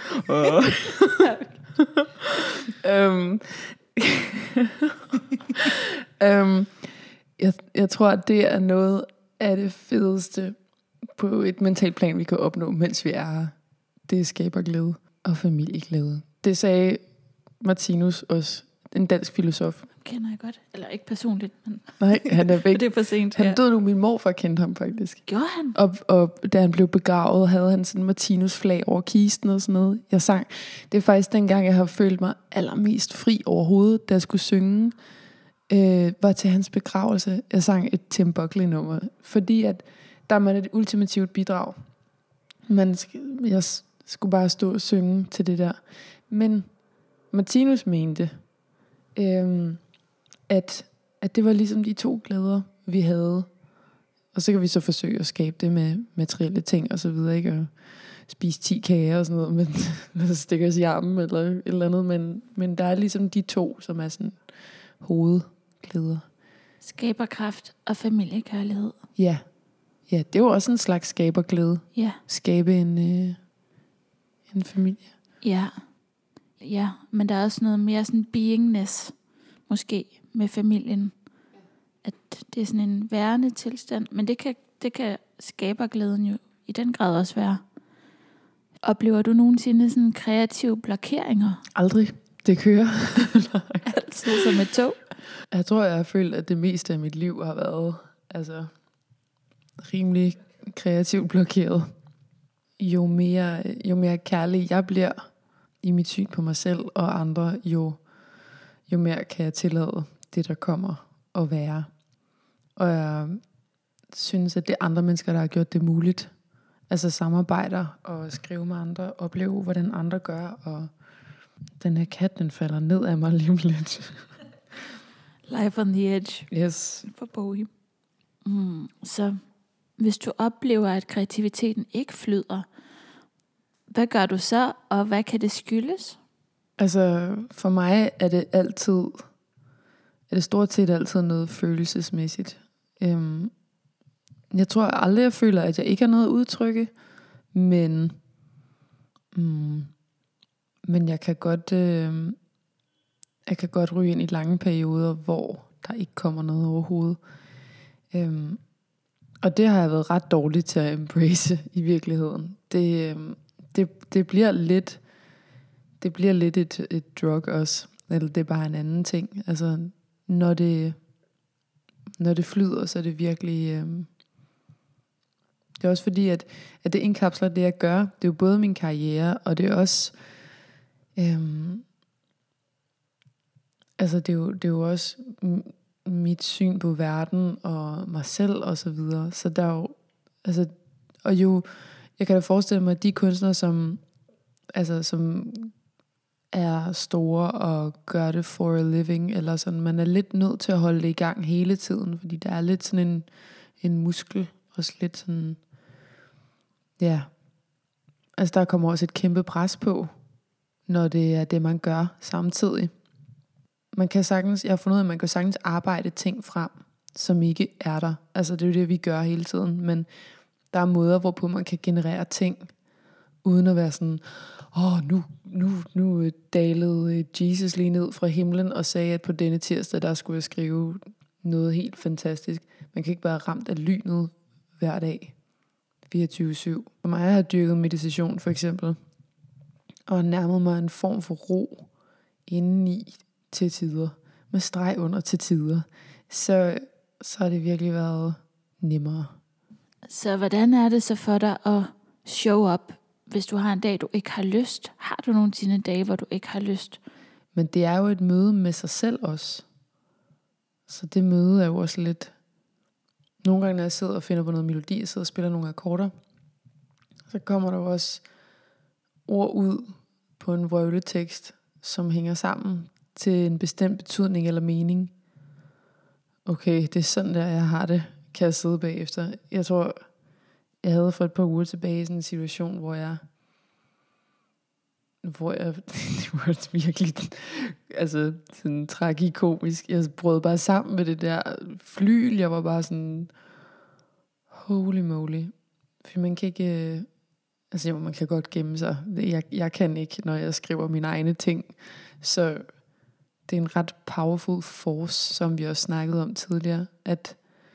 Jeg tror, at det er noget af det fedeste på et mentalt plan, vi kan opnå, mens vi er her. Det skaber glæde og familieglæde. Det sagde Martinus også, en dansk filosof. Kender jeg godt. Eller ikke personligt, men... Nej, han er væk. Det er for sent. Han døde nu, min morfar kendte ham faktisk. Gjorde han? Og da han blev begravet, havde han sådan en Martinus flag over kisten og sådan noget. Jeg sang. Det er faktisk dengang, jeg har følt mig allermest fri overhovedet, da jeg skulle synge. Var til hans begravelse. Jeg sang et Tim Buckley-nummer. Fordi at der er man et ultimativt bidrag. Jeg skulle bare stå og synge til det der. Men Martinus mente, at det var ligesom de to glæder, vi havde. Og så kan vi så forsøge at skabe det med materielle ting og så videre, ikke? Og spise 10 kager og sådan noget, men så stikker os i armen eller et eller andet. Men der er ligesom de to, som er sådan hovedglæder. Skaberkraft og familiekærlighed. Ja. Ja, det er jo også en slags skaberglæde. Ja. Skabe en familie. Ja. Ja, men der er også noget mere sådan beingness, måske, med familien. At det er sådan en værende tilstand. Men det kan skaberglæden jo i den grad også være. Oplever du nogensinde sådan kreative blokeringer? Aldrig. Det kører. Altid som et tog. Jeg tror, jeg har følt, at det meste af mit liv har været rimelig kreativt blokeret. Jo mere kærlig jeg bliver i mit syn på mig selv og andre, jo mere kan jeg tillade det, der kommer at være. Og jeg synes, at det er andre mennesker, der har gjort det muligt. Altså samarbejder og skrive med andre, opleve, hvordan andre gør, og den her kat, den falder ned af mig lige lidt. Life on the edge. Yes. For Bowie. Så hvis du oplever, at kreativiteten ikke flyder, hvad gør du så, og hvad kan det skyldes? Altså, for mig er det stort set altid noget følelsesmæssigt. Jeg tror aldrig, jeg føler, at jeg ikke har noget at udtrykke, men jeg kan godt ryge ind i lange perioder, hvor der ikke kommer noget overhovedet. Og det har jeg været ret dårlig til at embrace i virkeligheden. Det bliver lidt et drug også, eller det er bare en anden ting. Altså når det flyder, så er det virkelig det er også fordi at det indkapsler det jeg gør. Det er jo både min karriere, og det er også altså det er jo også mit syn på verden og mig selv og så videre. Så der er jo jeg kan da forestille mig, at de kunstnere som er store og gør det for a living, eller sådan, man er lidt nødt til at holde det i gang hele tiden, fordi der er lidt sådan en muskel, også lidt sådan, ja, altså der kommer også et kæmpe pres på, når det er det, man gør samtidig. Jeg har fundet ud af, at man kan sagtens arbejde ting frem, som ikke er der. Altså det er jo det, vi gør hele tiden, men der er måder, hvorpå man kan generere ting, uden at være sådan, nu dalede Jesus lige ned fra himlen og sagde, at på denne tirsdag, der skulle jeg skrive noget helt fantastisk. Man kan ikke være ramt af lynet hver dag, 24/7. For mig har jeg dyrket meditation for eksempel, og nærmet mig en form for ro indeni til tider, med streg under til tider. Så har det virkelig været nemmere. Så hvordan er det så for dig at show up hvis du har en dag, du ikke har lyst? Har du nogensinde dage, hvor du ikke har lyst? Men det er jo et møde med sig selv også. Så det møde er jo også lidt... Nogle gange, når jeg sidder og finder på noget melodi, jeg sidder og spiller nogle akkorder, så kommer der jo også ord ud på en vrøvletekst, som hænger sammen til en bestemt betydning eller mening. Okay, det er sådan der, jeg har det, kan jeg sidde bagefter. Jeg tror, jeg havde for et par uger tilbage sådan en situation, hvor jeg det var virkelig altså sådan tragikomisk. Jeg brød bare sammen med det der flyl. Jeg var bare sådan holy moly. For man kan ikke altså man kan godt gemme sig. Jeg kan ikke, når jeg skriver mine egne ting. Så det er en ret powerful force, som vi også snakkede om tidligere, at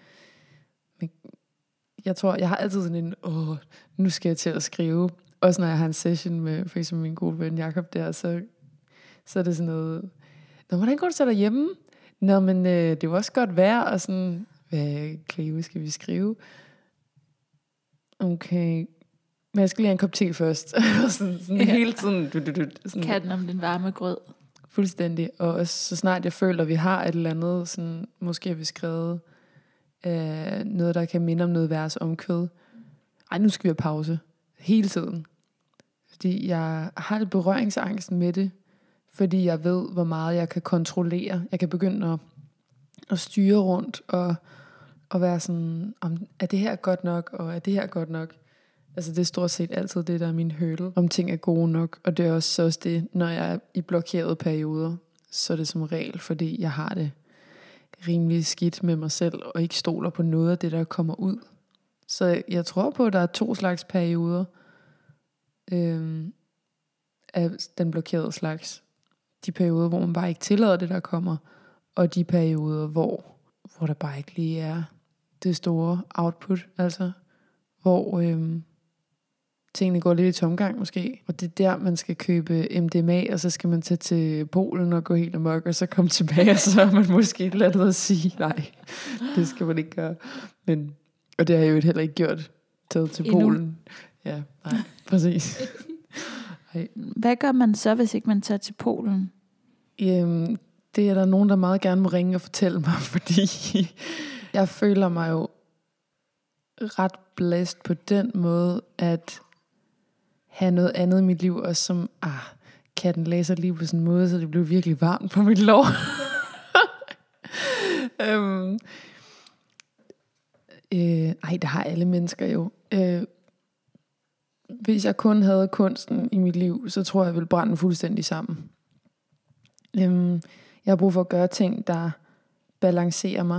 jeg tror, jeg har altid sådan en, nu skal jeg til at skrive. Også når jeg har en session med for eksempel min gode ven Jakob der, så er det sådan noget, hvordan går det så derhjemme? Men det er jo også godt vejr, og sådan, hvad Cleo skal vi skrive? Okay, men jeg skal lige have en kop te først. sådan hele tiden. Sådan. Katten om den varme grød. Fuldstændig. Og også så snart jeg føler, at vi har et eller andet, sådan, måske har vi skrevet noget, der kan minde om noget vers om kød. Ej, nu skal vi have pause. Hele tiden. Fordi jeg har lidt berøringsangst med det, fordi jeg ved, hvor meget jeg kan kontrollere. Jeg kan begynde at styre rundt og være sådan, er det her godt nok, og er det her godt nok? Altså det er stort set altid det, der er min hurdle, om ting er gode nok. Og det er også det, når jeg er i blokerede perioder, så er det som regel, fordi jeg har det rimelig skidt med mig selv, og ikke stoler på noget af det, der kommer ud. Så jeg tror på, at der er 2 slags perioder af den blokerede slags. De perioder, hvor man bare ikke tillader det, der kommer, og de perioder, hvor der bare ikke lige er det store output, altså hvor tingene går lidt i tomgang måske, og det er der, man skal købe MDMA, og så skal man tage til Polen og gå helt amok, og så komme tilbage, og så er man måske et eller andet at sige, nej, det skal man ikke gøre. Og det har jeg jo heller ikke gjort, taget til Polen. Ja, nej, præcis. Hvad gør man så, hvis ikke man tager til Polen? Det er der nogen, der meget gerne må ringe og fortælle mig, fordi jeg føler mig jo ret blæst på den måde, at have noget andet i mit liv, også som, katten læser liv på sådan en måde, så det blev virkelig varmt på mit lår. Det har alle mennesker jo. Hvis jeg kun havde kunsten i mit liv, så tror jeg ville brænde fuldstændig sammen. Jeg har brug for at gøre ting, der balancerer mig,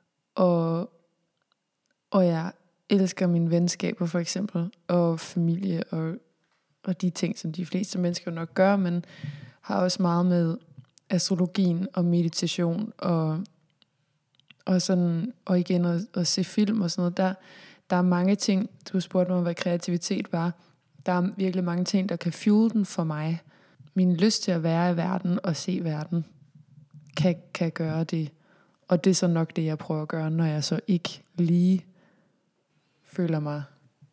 og jeg elsker mine venskaber for eksempel, og familie, og de ting, som de fleste mennesker nok gør, men har også meget med astrologien og meditation, og sådan, og igen at se film og sådan noget. Der er mange ting, du spurgte mig, hvad kreativitet var. Der er virkelig mange ting, der kan fuel den for mig. Min lyst til at være i verden og se verden, kan gøre det. Og det er så nok det, jeg prøver at gøre, når jeg så ikke lige føler mig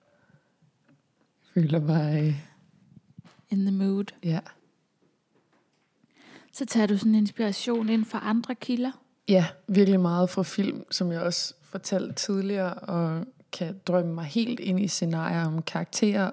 in the mood. Ja. Så tager du sådan en inspiration ind fra andre kilder? Ja, virkelig meget fra film, som jeg også fortalte tidligere, og kan drømme mig helt ind i scenarier om karakterer,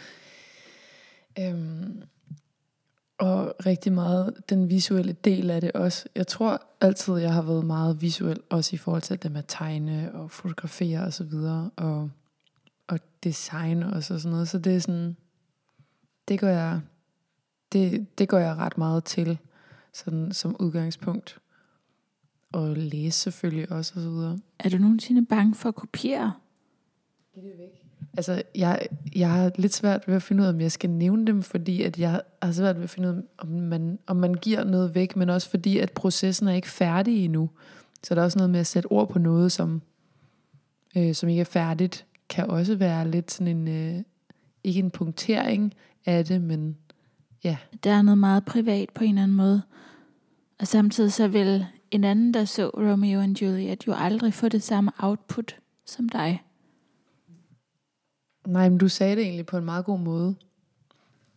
og rigtig meget den visuelle del af det også. Jeg tror altid, jeg har været meget visuel, også i forhold til det med tegne og fotografere og så videre, og design og sådan noget. Så det er sådan, det går jeg ret meget til, sådan som udgangspunkt. Og læse selvfølgelig også og så videre. Er du nogensinde bange for at kopiere? Altså, jeg har lidt svært ved at finde ud af, om jeg skal nævne dem, fordi at jeg har svært ved at finde ud af, om man giver noget væk, men også fordi, at processen er ikke færdig endnu. Så der er også noget med at sætte ord på noget, som ikke er færdigt, kan også være lidt sådan en, ikke en punktering af det, men ja. Der er noget meget privat på en eller anden måde. Og samtidig så vil en anden, der så Romeo and Juliet, jo aldrig få det samme output som dig. Nej, men du sagde det egentlig på en meget god måde.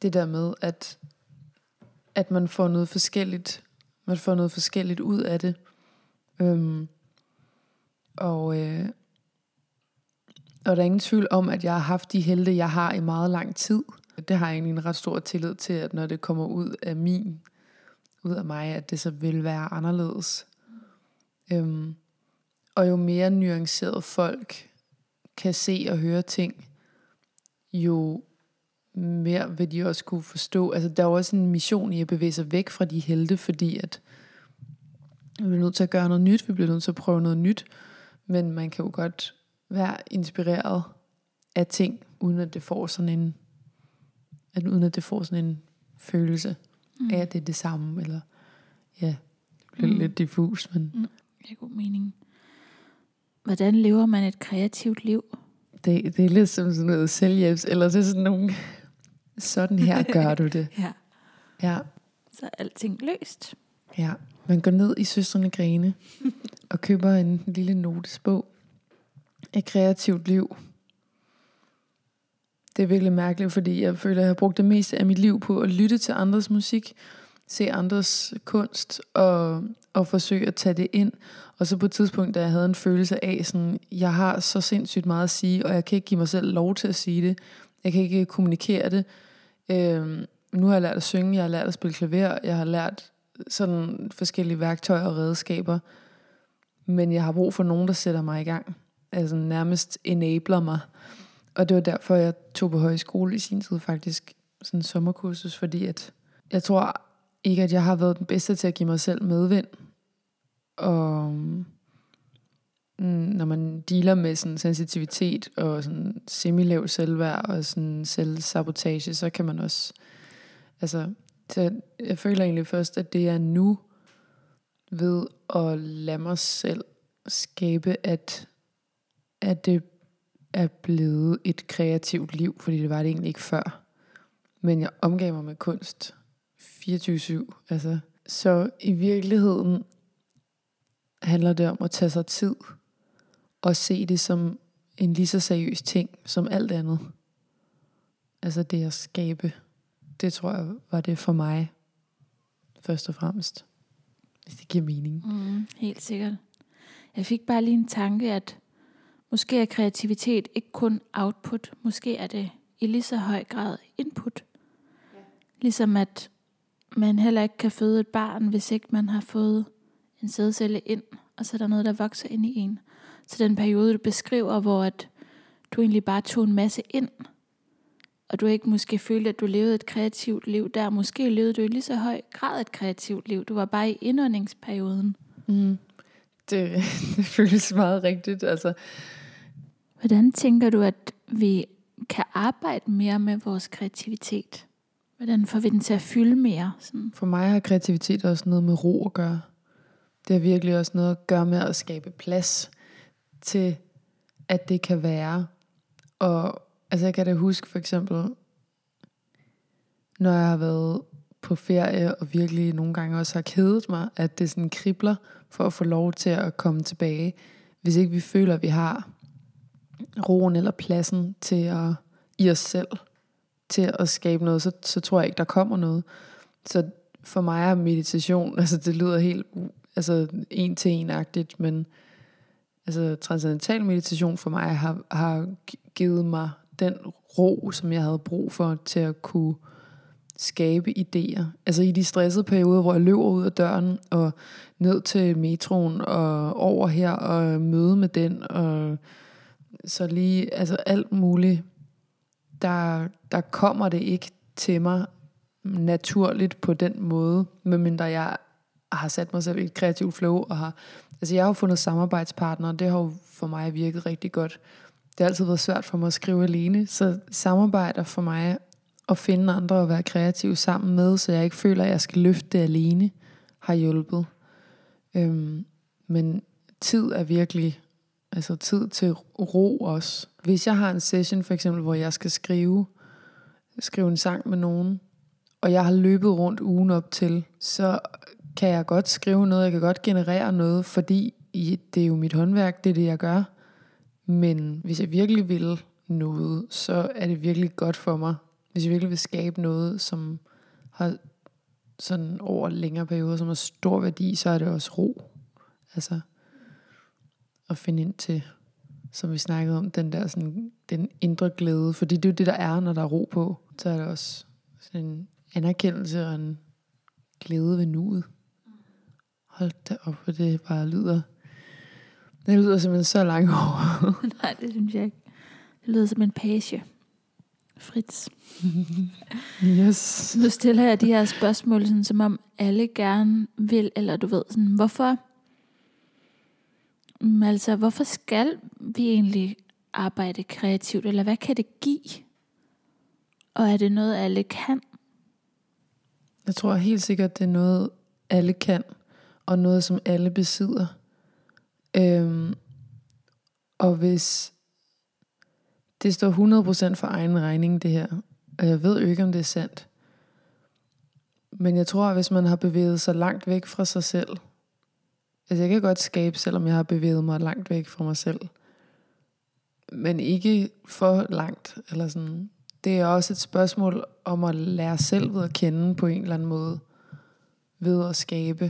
det der med, at man får noget forskelligt. Man får noget forskelligt ud af det. Og der er ingen tvivl om, at jeg har haft de helte, jeg har i meget lang tid. Det har jeg egentlig en ret stor tillid til, at når det kommer ud af mig, at det så vil være anderledes. Og jo mere nuanceret folk kan se og høre ting, jo mere vil de også kunne forstå. Altså der er jo også en mission i at bevæge sig væk fra de helte, fordi at vi bliver nødt til at gøre noget nyt, vi bliver nødt til at prøve noget nyt, men man kan jo godt være inspireret af ting, uden at det får sådan en følelse af, at det er det samme, eller ja, det bliver lidt diffus, men det er god mening. Hvordan lever man et kreativt liv? Det er lidt som sådan noget selvhjælps, eller det er sådan nogle, sådan her gør du det. Ja. Så er alting løst. Ja, man går ned i Søstrene Grene og køber en lille notesbog. Et kreativt liv. Det er virkelig mærkeligt, fordi jeg føler, at jeg har brugt det meste af mit liv på at lytte til andres musik, se andres kunst og forsøge at tage det ind. Og så på et tidspunkt, da jeg havde en følelse af, sådan, jeg har så sindssygt meget at sige, og jeg kan ikke give mig selv lov til at sige det. Jeg kan ikke kommunikere det. Nu har jeg lært at synge, jeg har lært at spille klaver, jeg har lært sådan forskellige værktøjer og redskaber. Men jeg har brug for nogen, der sætter mig i gang. Altså nærmest enabler mig. Og det var derfor, jeg tog på højskole i sin tid faktisk. Sådan en sommerkursus, fordi at jeg tror ikke, at jeg har været den bedste til at give mig selv medvind. Og når man dealer med sådan sensitivitet og sådan semi-lav selvværd og sådan selvsabotage, så kan man også, altså, jeg føler egentlig først, at det er nu ved at lade mig selv skabe, at det er blevet et kreativt liv, fordi det var det egentlig ikke før. Men jeg omgav mig med kunst 24/7. Altså. Så i virkeligheden handler det om at tage sig tid og se det som en lige så seriøs ting som alt andet. Altså det at skabe, det tror jeg var det for mig først og fremmest. Hvis det giver mening. Helt sikkert. Jeg fik bare lige en tanke, at måske er kreativitet ikke kun output, måske er det i lige så høj grad input. Ja. Ligesom at man heller ikke kan føde et barn, hvis ikke man har fået en sædcelle ind, og så er der noget, der vokser ind i en. Så den periode, du beskriver, hvor at du egentlig bare tog en masse ind, og du ikke måske følte, at du levede et kreativt liv der. Måske levede du i lige så høj grad et kreativt liv. Du var bare i indåndingsperioden. Det føles meget rigtigt. Altså. Hvordan tænker du, at vi kan arbejde mere med vores kreativitet? Hvordan får vi den til at fylde mere? Sådan? For mig har kreativitet også noget med ro at gøre. Det har virkelig også noget at gøre med at skabe plads til, at det kan være. Og altså jeg kan da huske for eksempel, når jeg har været på ferie, og virkelig nogle gange også har kedet mig, at det sådan kribler for at få lov til at komme tilbage. Hvis ikke vi føler, at vi har roen eller pladsen til i os selv, til at skabe noget, så tror jeg ikke, der kommer noget. Så for mig er meditation, altså det lyder helt en til en-agtigt, men altså transcendental meditation for mig har givet mig den ro, som jeg havde brug for til at kunne skabe idéer. Altså i de stressede perioder, hvor jeg løber ud af døren og ned til metroen og over her og møde med den og så lige, altså alt muligt, der kommer det ikke til mig naturligt på den måde, medmindre jeg har sat mig selv i et kreativt flow og jeg har jo fundet samarbejdspartnere, det har jo for mig virket rigtig godt. Det har altid været svært for mig at skrive alene, så samarbejder for mig at finde andre og være kreativ sammen med, så jeg ikke føler, at jeg skal løfte det alene, har hjulpet. Men tid er virkelig, altså tid til ro også. Hvis jeg har en session for eksempel, hvor jeg skal skrive en sang med nogen, og jeg har løbet rundt ugen op til, så kan jeg godt skrive noget, jeg kan godt generere noget, fordi det er jo mit håndværk, det er det, jeg gør. Men hvis jeg virkelig vil noget, så er det virkelig godt for mig hvis vi virkelig vil skabe noget, som har sådan over længere perioder, som har stor værdi, så er det også ro. Altså at finde ind til, som vi snakkede om, den der sådan, den indre glæde. Fordi det er jo det, der er, når der er ro på. Så er der også sådan en anerkendelse og en glæde ved nuet. Hold da op, og det bare lyder... Det lyder simpelthen så langt over. Nej, det synes jeg ikke. Det lyder som en page. Fritz. Yes. Nu stiller jeg de her spørgsmål, sådan, som om alle gerne vil, eller du ved, sådan, hvorfor... Altså, hvorfor skal vi egentlig arbejde kreativt, eller hvad kan det give? Og er det noget, alle kan? Jeg tror helt sikkert, det er noget, alle kan, og noget, som alle besidder. Og hvis det står 100% for egen regning, det her, og jeg ved jo ikke, om det er sandt, men jeg tror, at hvis man har bevæget sig langt væk fra sig selv, altså jeg kan godt skabe, selvom jeg har bevæget mig langt væk fra mig selv, men ikke for langt, eller sådan. Det er også et spørgsmål om at lære selv ved at kende på en eller anden måde, ved at skabe.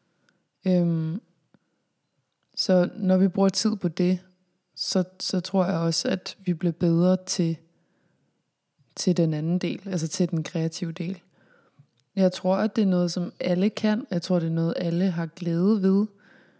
Så når vi bruger tid på det, så tror jeg også, at vi bliver bedre til den anden del, altså til den kreative del. Jeg tror, at det er noget, som alle kan. Jeg tror, det er noget, alle har glæde ved.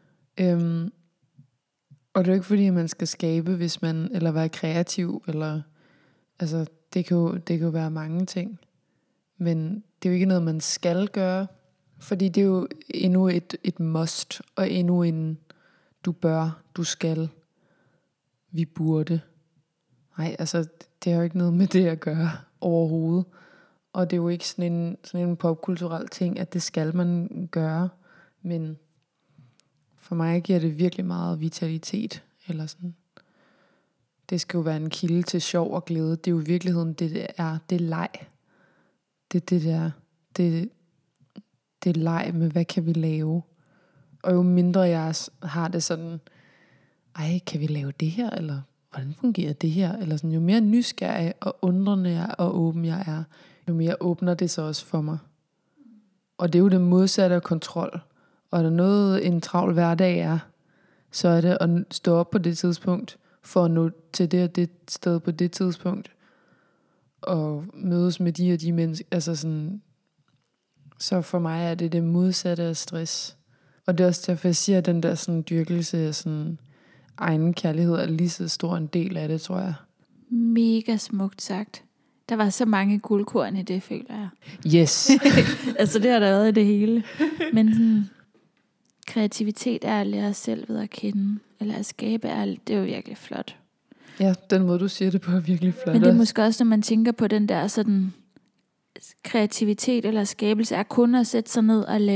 Og det er jo ikke fordi, man skal skabe, hvis man, eller være kreativ, eller, altså, det kan jo være mange ting. Men det er jo ikke noget, man skal gøre, fordi det er jo endnu et must, og endnu en du bør, du skal, vi burde. Nej, altså, det har jo ikke noget med det at gøre overhovedet. Og det er jo ikke sådan en popkulturel ting, at det skal man gøre. Men for mig giver det virkelig meget vitalitet. Eller sådan. Det skal jo være en kilde til sjov og glæde. Det er jo i virkeligheden det er. Det er leg. Det der. Det er leg med, hvad kan vi lave? Og jo mindre jeg har det sådan, kan vi lave det her? Eller hvordan fungerer det her? Eller sådan, jo mere nysgerrig og undrende jeg og åben jeg er, jo mere åbner det sig også for mig. Og det er jo det modsatte af kontrol. Og der noget en travl hverdag er, så er det at stå op på det tidspunkt, for at nå til det og det sted på det tidspunkt, og mødes med de og de mennesker. Altså sådan, så for mig er det modsatte af stress. Og det er også derfor, jeg siger, at den der sådan dyrkelse af sådan egen kærlighed er lige så stor en del af det, tror jeg. Mega smukt sagt. Der var så mange guldkorn i det, føler jeg. Yes. Altså det har der været i det hele. Men sådan, kreativitet er at lære selv ved at kende. Eller at skabe det er jo virkelig flot. Ja, den måde du siger det på er virkelig flot. Men det er måske også, når man tænker på den der sådan kreativitet eller skabelse, er kun at sætte sig ned og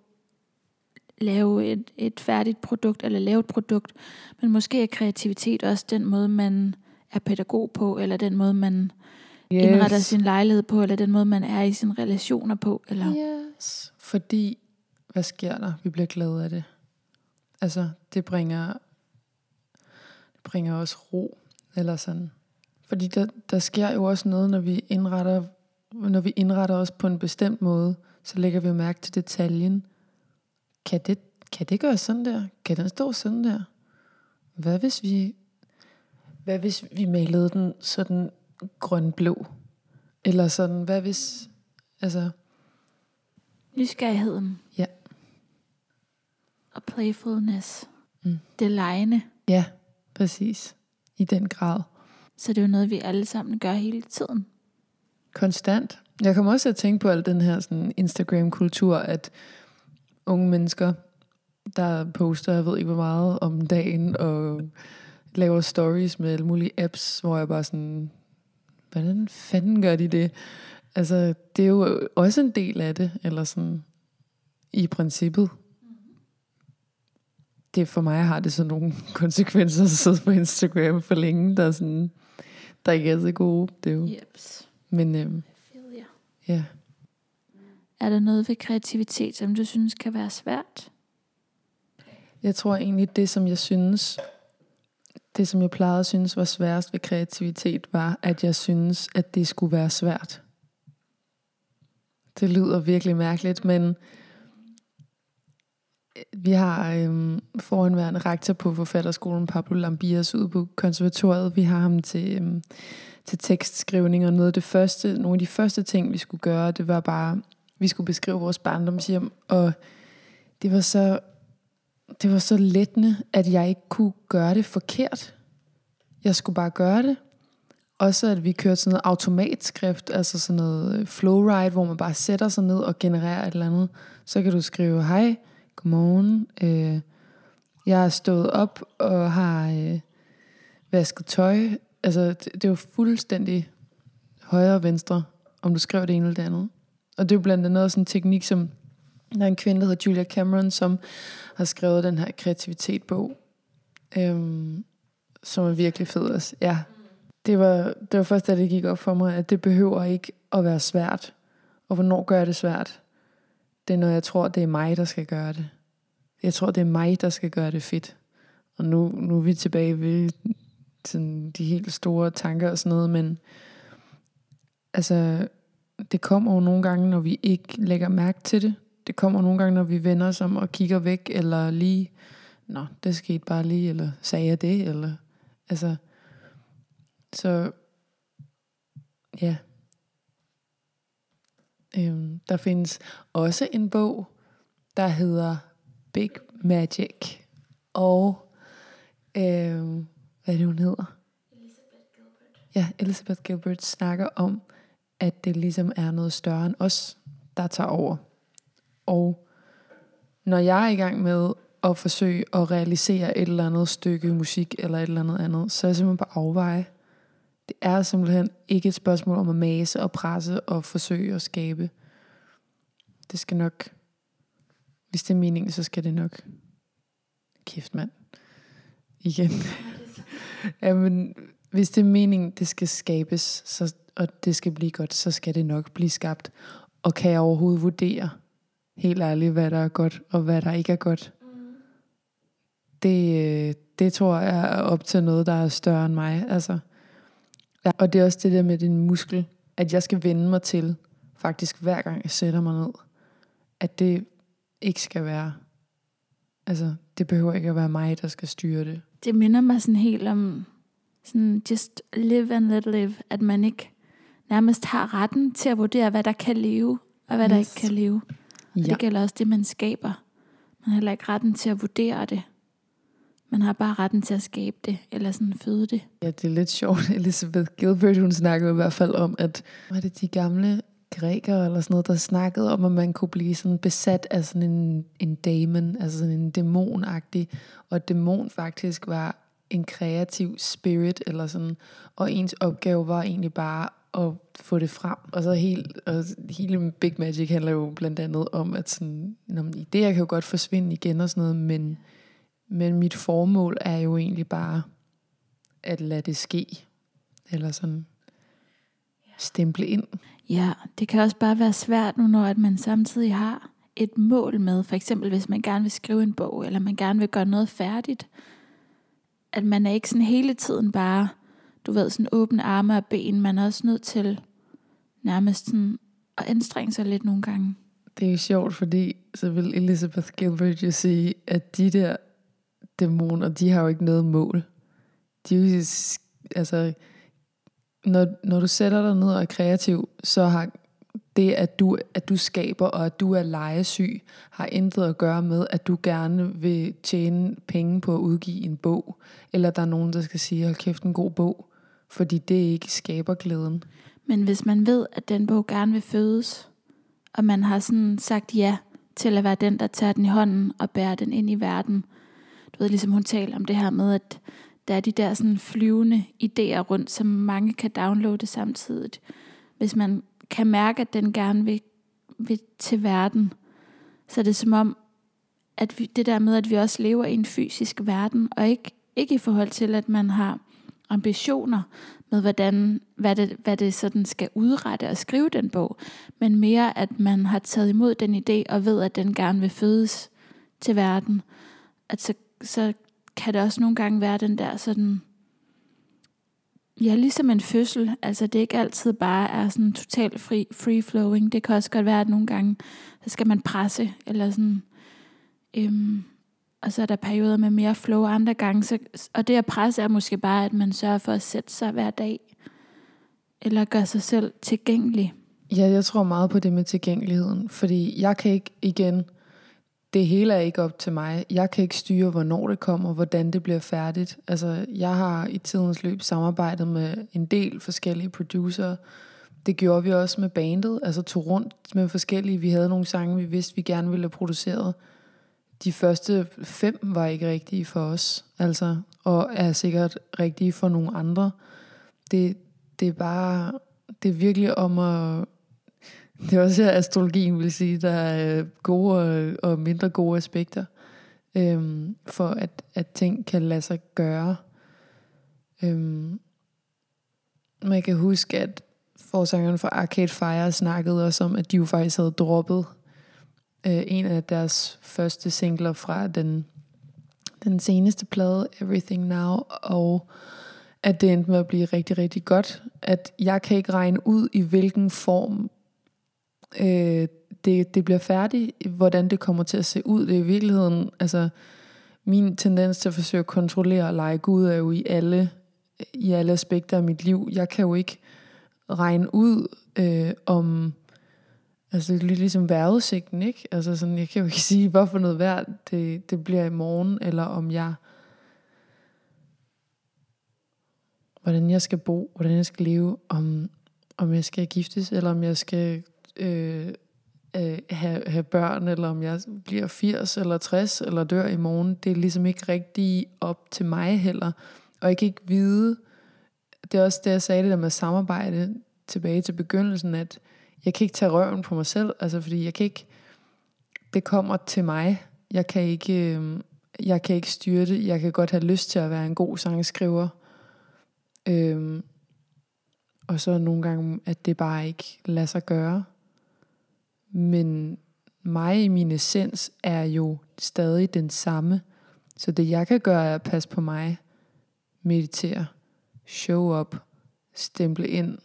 lave et færdigt produkt, eller lave et produkt. Men måske er kreativitet også den måde, man er pædagog på, eller den måde, man indretter sin lejlighed på, eller den måde, man er i sine relationer på. Eller? Yes. Fordi, hvad sker der? Vi bliver glade af det. Altså, det bringer også ro, eller sådan. Fordi der sker jo også noget, når vi indretter os på en bestemt måde, så lægger vi mærke til detaljen. Kan det gøre sådan der? Kan den stå sådan der? Hvad hvis vi malede den sådan grønblå? Eller sådan, hvad hvis... Altså... Nysgerrigheden. Ja. Og playfulness. Det legende. Ja, præcis. I den grad. Så det er jo noget, vi alle sammen gør hele tiden. Konstant. Jeg kommer også at tænke på al den her sådan Instagram-kultur, at unge mennesker, der poster, jeg ved ikke hvor meget om dagen, og laver stories med alle mulige apps, hvor jeg bare sådan, hvordan fanden gør de det? Altså, det er jo også en del af det, eller sådan, i princippet. Det for mig har det sådan nogle konsekvenser at sidde på Instagram for længe, der ikke er så gode. Det er jo. Jeps. Men ja. Er der noget ved kreativitet, som du synes kan være svært? Jeg tror egentlig, det som jeg synes Det, som jeg plejede at synes var sværest ved kreativitet, var, at jeg synes, at det skulle være svært. Det lyder virkelig mærkeligt, men vi har forhenværende rektor på forfatterskolen, Pablo Lambias, ude på konservatoriet. Vi har ham til tekstskrivning, og nogle af de første ting, vi skulle gøre, det var bare, vi skulle beskrive vores barndomshjem, og det var så lettende, at jeg ikke kunne gøre det forkert. Jeg skulle bare gøre det. Også at vi kørte sådan noget automatskrift, altså sådan noget flowride, hvor man bare sætter sig ned og genererer et eller andet. Så kan du skrive, hej, godmorgen, jeg er stået op og har vasket tøj. Altså det var fuldstændig højre og venstre, om du skrev det ene eller det andet. Og det er jo blandt andet også en teknik, som der er en kvinde, der hedder Julia Cameron, som har skrevet den her kreativitet-bog, som er virkelig fed også. Ja. Det var først, da det gik op for mig, at det behøver ikke at være svært. Og hvornår gør jeg det svært? Det er, når jeg tror, det er mig, der skal gøre det. Jeg tror, det er mig, der skal gøre det fedt. Og nu er vi tilbage ved sådan de helt store tanker og sådan noget, men altså, det kommer jo nogle gange, når vi ikke lægger mærke til det. Det kommer nogle gange, når vi vender os om og kigger væk, eller lige, det skete bare lige, eller sagde jeg det, eller, altså, så, ja. Der findes også en bog, der hedder Big Magic, og, hvad er det, hun hedder? Elizabeth Gilbert. Ja, Elizabeth Gilbert snakker om, at det ligesom er noget større end os, der tager over. Og når jeg er i gang med at forsøge at realisere et eller andet stykke musik, eller et eller andet, så er jeg simpelthen på afveje. Det er simpelthen ikke et spørgsmål om at mase og presse og forsøge at skabe. Det skal nok, hvis det er meningen, så skal det nok. Kæft, mand. Igen. Jamen, hvis det er meningen, det skal skabes, og det skal blive godt, så skal det nok blive skabt. Og kan jeg overhovedet vurdere, helt ærligt, hvad der er godt, og hvad der ikke er godt? Det tror jeg er op til noget, der er større end mig. Altså. Ja, og det er også det der med din muskel, at jeg skal vende mig til, faktisk hver gang jeg sætter mig ned, at det ikke skal være, altså det behøver ikke at være mig, der skal styre det. Det minder mig sådan helt om, sådan just live and let live, at man ikke nærmest har retten til at vurdere, hvad der kan leve, og hvad der ikke kan leve. Og det gælder også det, man skaber. Man har heller ikke retten til at vurdere det. Man har bare retten til at skabe det, eller sådan føde det. Ja, det er lidt sjovt. Elizabeth Gilbert, hun snakkede i hvert fald om, at var det de gamle grækere eller sådan noget, der snakkede om, at man kunne blive sådan besat af sådan en daemon, altså sådan en dæmonagtig, og dæmon faktisk var en kreativ spirit, eller sådan, og ens opgave var egentlig bare at få det frem. Og så hele Big Magic handler jo blandt andet om, at sådan, idéer kan jo godt forsvinde igen og sådan noget, men mit formål er jo egentlig bare at lade det ske. Eller sådan stemple ind. Ja, det kan også bare være svært nu, når at man samtidig har et mål med. For eksempel hvis man gerne vil skrive en bog, eller man gerne vil gøre noget færdigt. At man er ikke sådan hele tiden bare, sådan åbne arme og ben. Man er også nødt til nærmest sådan at anstrenge sig lidt nogle gange. Det er jo sjovt, fordi så vil Elizabeth Gilbert jo sige, at de der dæmoner, de har jo ikke noget mål. De er jo, altså, når du sætter dig ned og er kreativ, så har det, at du skaber, og at du er legesyg, har intet at gøre med, at du gerne vil tjene penge på at udgive en bog, eller der er nogen, der skal sige, hold kæft, en god bog, fordi det ikke skaber glæden. Men hvis man ved, at den bog gerne vil fødes, og man har sådan sagt ja til at være den, der tager den i hånden og bærer den ind i verden. Du ved, ligesom hun taler om det her med, at der er de der sådan flyvende idéer rundt, som mange kan downloade samtidig. Hvis man kan mærke, at den gerne vil til verden, så er det som om, at det der med, at vi også lever i en fysisk verden, og ikke i forhold til, at man har ambitioner med, hvad det sådan skal udrette og skrive den bog, men mere, at man har taget imod den idé, og ved, at den gerne vil fødes til verden. At så kan det også nogle gange være den der sådan, ja, ligesom en fødsel. Altså det er ikke altid bare er sådan totalt free-flowing. Det kan også godt være, at nogle gange, så skal man presse, eller sådan, og så er der perioder med mere flow, andre gange, og det at presse er måske bare, at man sørger for at sætte sig hver dag, eller gøre sig selv tilgængelig. Ja, jeg tror meget på det med tilgængeligheden, fordi jeg kan ikke, igen, det hele er ikke op til mig. Jeg kan ikke styre, hvornår det kommer, hvordan det bliver færdigt. Altså, jeg har i tidens løb samarbejdet med en del forskellige producer. Det gjorde vi også med bandet, altså tog rundt med forskellige. Vi havde nogle sange, vi vidste, vi gerne ville have produceret. De første 5 var ikke rigtige for os, altså, og er sikkert rigtige for nogle andre. Det er virkelig om at... Det er også her, astrologien vil sige, der er gode og mindre gode aspekter, for at ting kan lade sig gøre. Man kan huske, at forsangeren fra Arcade Fire snakkede også om, at de jo faktisk havde droppet en af deres første singler fra den seneste plade, Everything Now, og at det endte med at blive rigtig, rigtig godt. At jeg kan ikke regne ud, i hvilken form det bliver færdigt, hvordan det kommer til at se ud. Det er i virkeligheden, altså min tendens til at forsøge at kontrollere og lege Gud er jo i alle aspekter af mit liv. Jeg kan jo ikke regne ud om, altså det er lidt ligesom vejrudsigten, ikke? Altså sådan, jeg kan jo ikke sige, hvorfor noget vejr det bliver i morgen, eller om hvordan jeg skal bo, hvordan jeg skal leve, om jeg skal giftes, eller om jeg skal have børn, eller om jeg bliver 80 eller 60 eller dør i morgen. Det er ligesom ikke rigtig op til mig heller. Og jeg kan ikke vide, det er også det, jeg sagde det der med samarbejde tilbage til begyndelsen, at jeg kan ikke tage røven på mig selv, altså fordi jeg kan ikke, det kommer til mig. Jeg kan ikke styre det. Jeg kan godt have lyst til at være en god sangskriver. Og så nogle gange, at det bare ikke lader sig gøre. Men mig i min essens er jo stadig den samme. Så det jeg kan gøre er at passe på mig, meditere, show up, stemple ind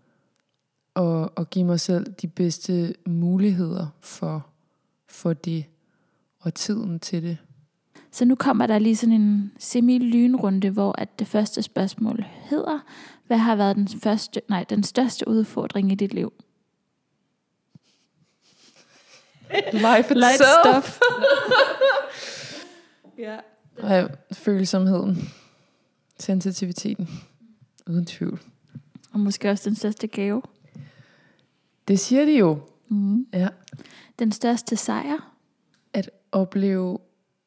og give mig selv de bedste muligheder for det og tiden til det. Så nu kommer der lige sådan en semi-lynrunde, hvor at det første spørgsmål hedder, hvad har været den største udfordring i dit liv? Life itself. Ja. Følsomheden. Sensitiviteten. Uden tvivl. Og måske også den største gave. Det siger de jo. Mm. Ja. Den største sejr? At opleve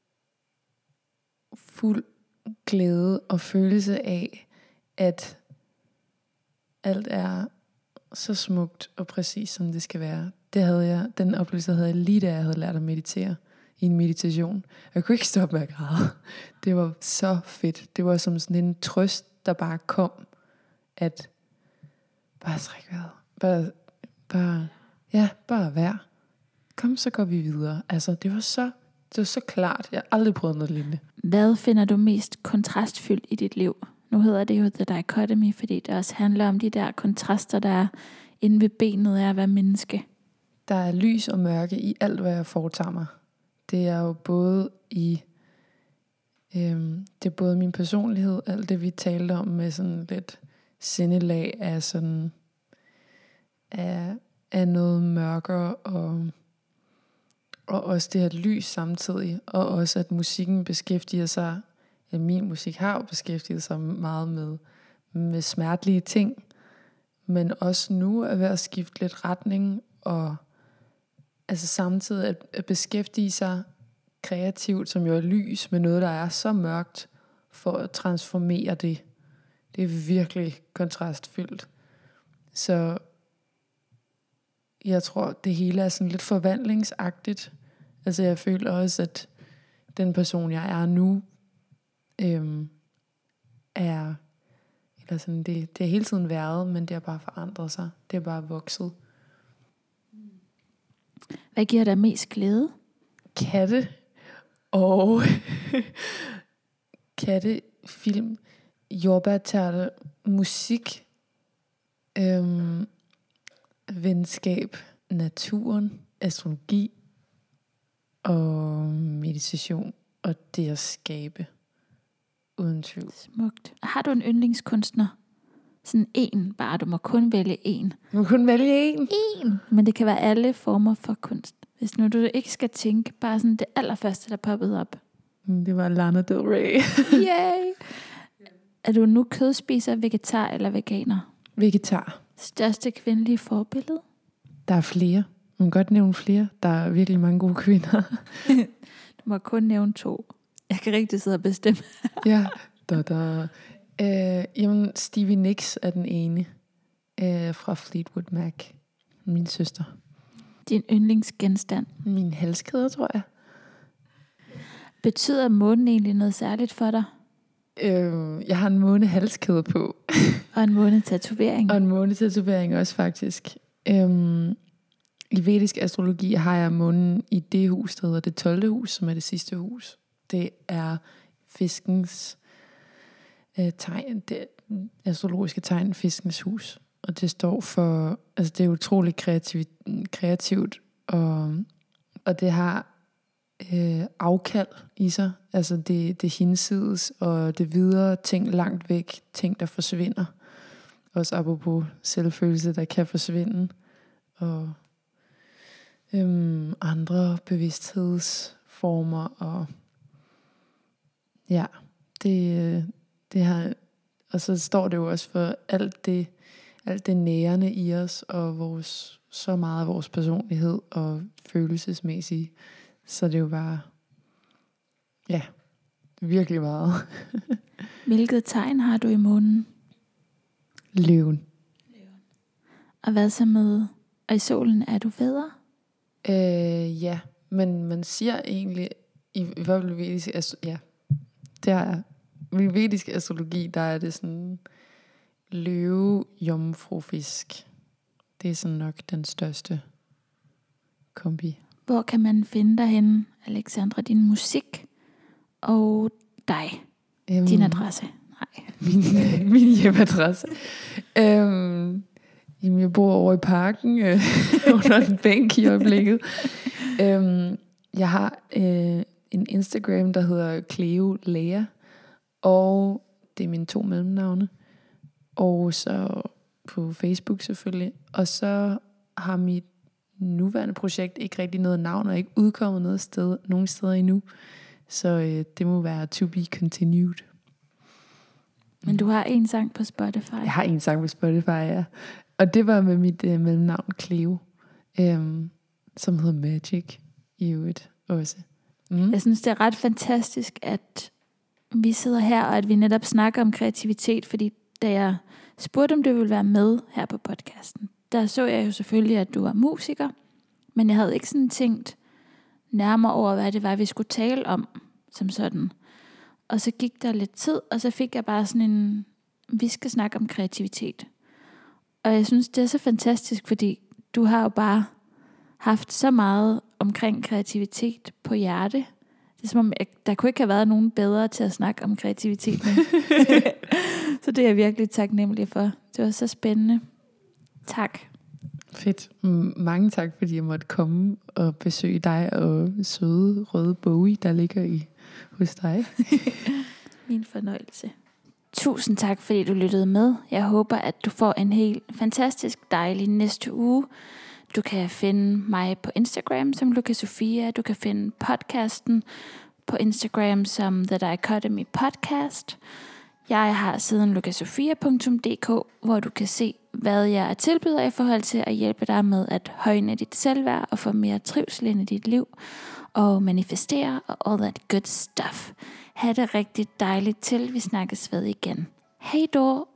fuld glæde og følelse af, at alt er så smukt og præcis, som det skal være. Den oplevelse havde jeg lige da jeg havde lært at meditere i en meditation. Jeg kunne ikke stoppe med at græde. Det var så fedt. Det var som sådan en trøst, der bare kom, at bare træk vejret. Bare vær. Kom, så går vi videre. Altså, det var så klart. Jeg har aldrig prøvet noget lignende. Hvad finder du mest kontrastfyldt i dit liv? Nu hedder det jo The Dichotomy, fordi det også handler om de der kontraster, der er inde ved benet af at være menneske. Der er lys og mørke i alt, hvad jeg foretager mig. Det er jo både det er både min personlighed, alt det vi talte om med sådan lidt sindelag af sådan af noget mørkere og også det her lys samtidig, og også at musikken beskæftiger sig, min musik har jo beskæftiget sig meget med smertelige ting, men også nu er ved at skifte lidt retning, og altså samtidig at beskæftige sig kreativt, som jo er lys, med noget, der er så mørkt, for at transformere det. Det er virkelig kontrastfyldt. Så jeg tror, det hele er sådan lidt forvandlingsagtigt. Altså jeg føler også, at den person, jeg er nu, er, eller sådan, det har hele tiden været, men det har bare forandret sig. Det er bare vokset. Hvad giver dig mest glæde? Katte og katte, film, jordbærtærte, musik, venskab, naturen, astrologi og meditation og det at skabe. Uden tvivl. Smukt. Har du en yndlingskunstner? Sådan en, bare du må kun vælge en. Du må kun vælge en? En! Men det kan være alle former for kunst. Hvis nu du ikke skal tænke, bare sådan det allerførste, der poppede op. Det var Lana Del Rey. Yay! Er du nu kødspiser, vegetar eller veganer? Vegetar. Største kvindelige forbillede? Der er flere. Man kan godt nævne flere. Der er virkelig mange gode kvinder. Du må kun nævne 2. Jeg kan rigtig sidde og bestemme. Ja. Jamen, Stevie Nicks er den ene. Fra Fleetwood Mac. Min søster. Din yndlingsgenstand? Min halskæde, tror jeg. Betyder månen egentlig noget særligt for dig? Jeg har en månehalskæde på. Og en månetatovering. Og en månetatovering også, faktisk. I vedisk astrologi har jeg månen i det hus, der hedder det 12. hus, som er det sidste hus. Det er fiskens tegn, det astrologiske tegn, fiskens hus. Og det står for, altså det er utroligt kreativt, og det har afkald i sig. Altså det hinsides, og det videre, ting langt væk, ting der forsvinder. Også apropos selvfølelse, der kan forsvinde. Og andre bevidsthedsformer, og ja, det har, og så står det jo også for alt det nærende i os, og så meget af vores personlighed og følelsesmæssige. Så det er jo bare, ja, virkelig meget. Hvilket tegn har du i månen? Løven. Og hvad så med, og i solen er du vædder? Ja, men man siger egentlig, i hvert fald vedisk, ja, det er i vedisk astrologi, der er det sådan løve, jomfrufisk. Det er sådan nok den største kombi. Hvor kan man finde dig henne, Alexandra, din musik og dig? Din adresse? Nej. Min hjemmeadresse. Jeg bor over i parken under en bænk i øjeblikket. Jeg har en Instagram, der hedder Cleo Lea, og det er mine 2 mellemnavne. Og så på Facebook selvfølgelig. Og så har mit nuværende projekt ikke rigtig noget navn, og ikke udkommet nogen steder endnu. Så det må være to be continued. Men du har en sang på Spotify? Jeg har en sang på Spotify, ja. Og det var med mit mellemnavn Cleo, som hedder Magic i øvrigt også. Jeg synes, det er ret fantastisk, at vi sidder her, og at vi netop snakker om kreativitet, fordi da jeg spurgte, om du ville være med her på podcasten, der så jeg jo selvfølgelig, at du er musiker, men jeg havde ikke sådan tænkt nærmere over, hvad det var, vi skulle tale om, som sådan. Og så gik der lidt tid, og så fik jeg bare sådan vi skal snakke om kreativitet. Og jeg synes, det er så fantastisk, fordi du har jo bare haft så meget omkring kreativitet på hjerte. Det er som om, der kunne ikke have været nogen bedre til at snakke om kreativitet. Så det er jeg virkelig taknemmelig for. Det var så spændende. Tak. Fedt. Mange tak, fordi jeg måtte komme og besøge dig og søde røde Bowie, der ligger hos dig. Min fornøjelse. Tusind tak, fordi du lyttede med. Jeg håber, at du får en helt fantastisk dejlig næste uge. Du kan finde mig på Instagram som Luca Sofia. Du kan finde podcasten på Instagram som The Dichotomy Podcast. Jeg har siden lucasofia.dk, hvor du kan se, hvad jeg tilbyder i forhold til at hjælpe dig med at højne dit selvværd og få mere trivsel ind i dit liv og manifestere og all that good stuff. Ha' det rigtig dejligt til vi snakkes ved igen. Hej då!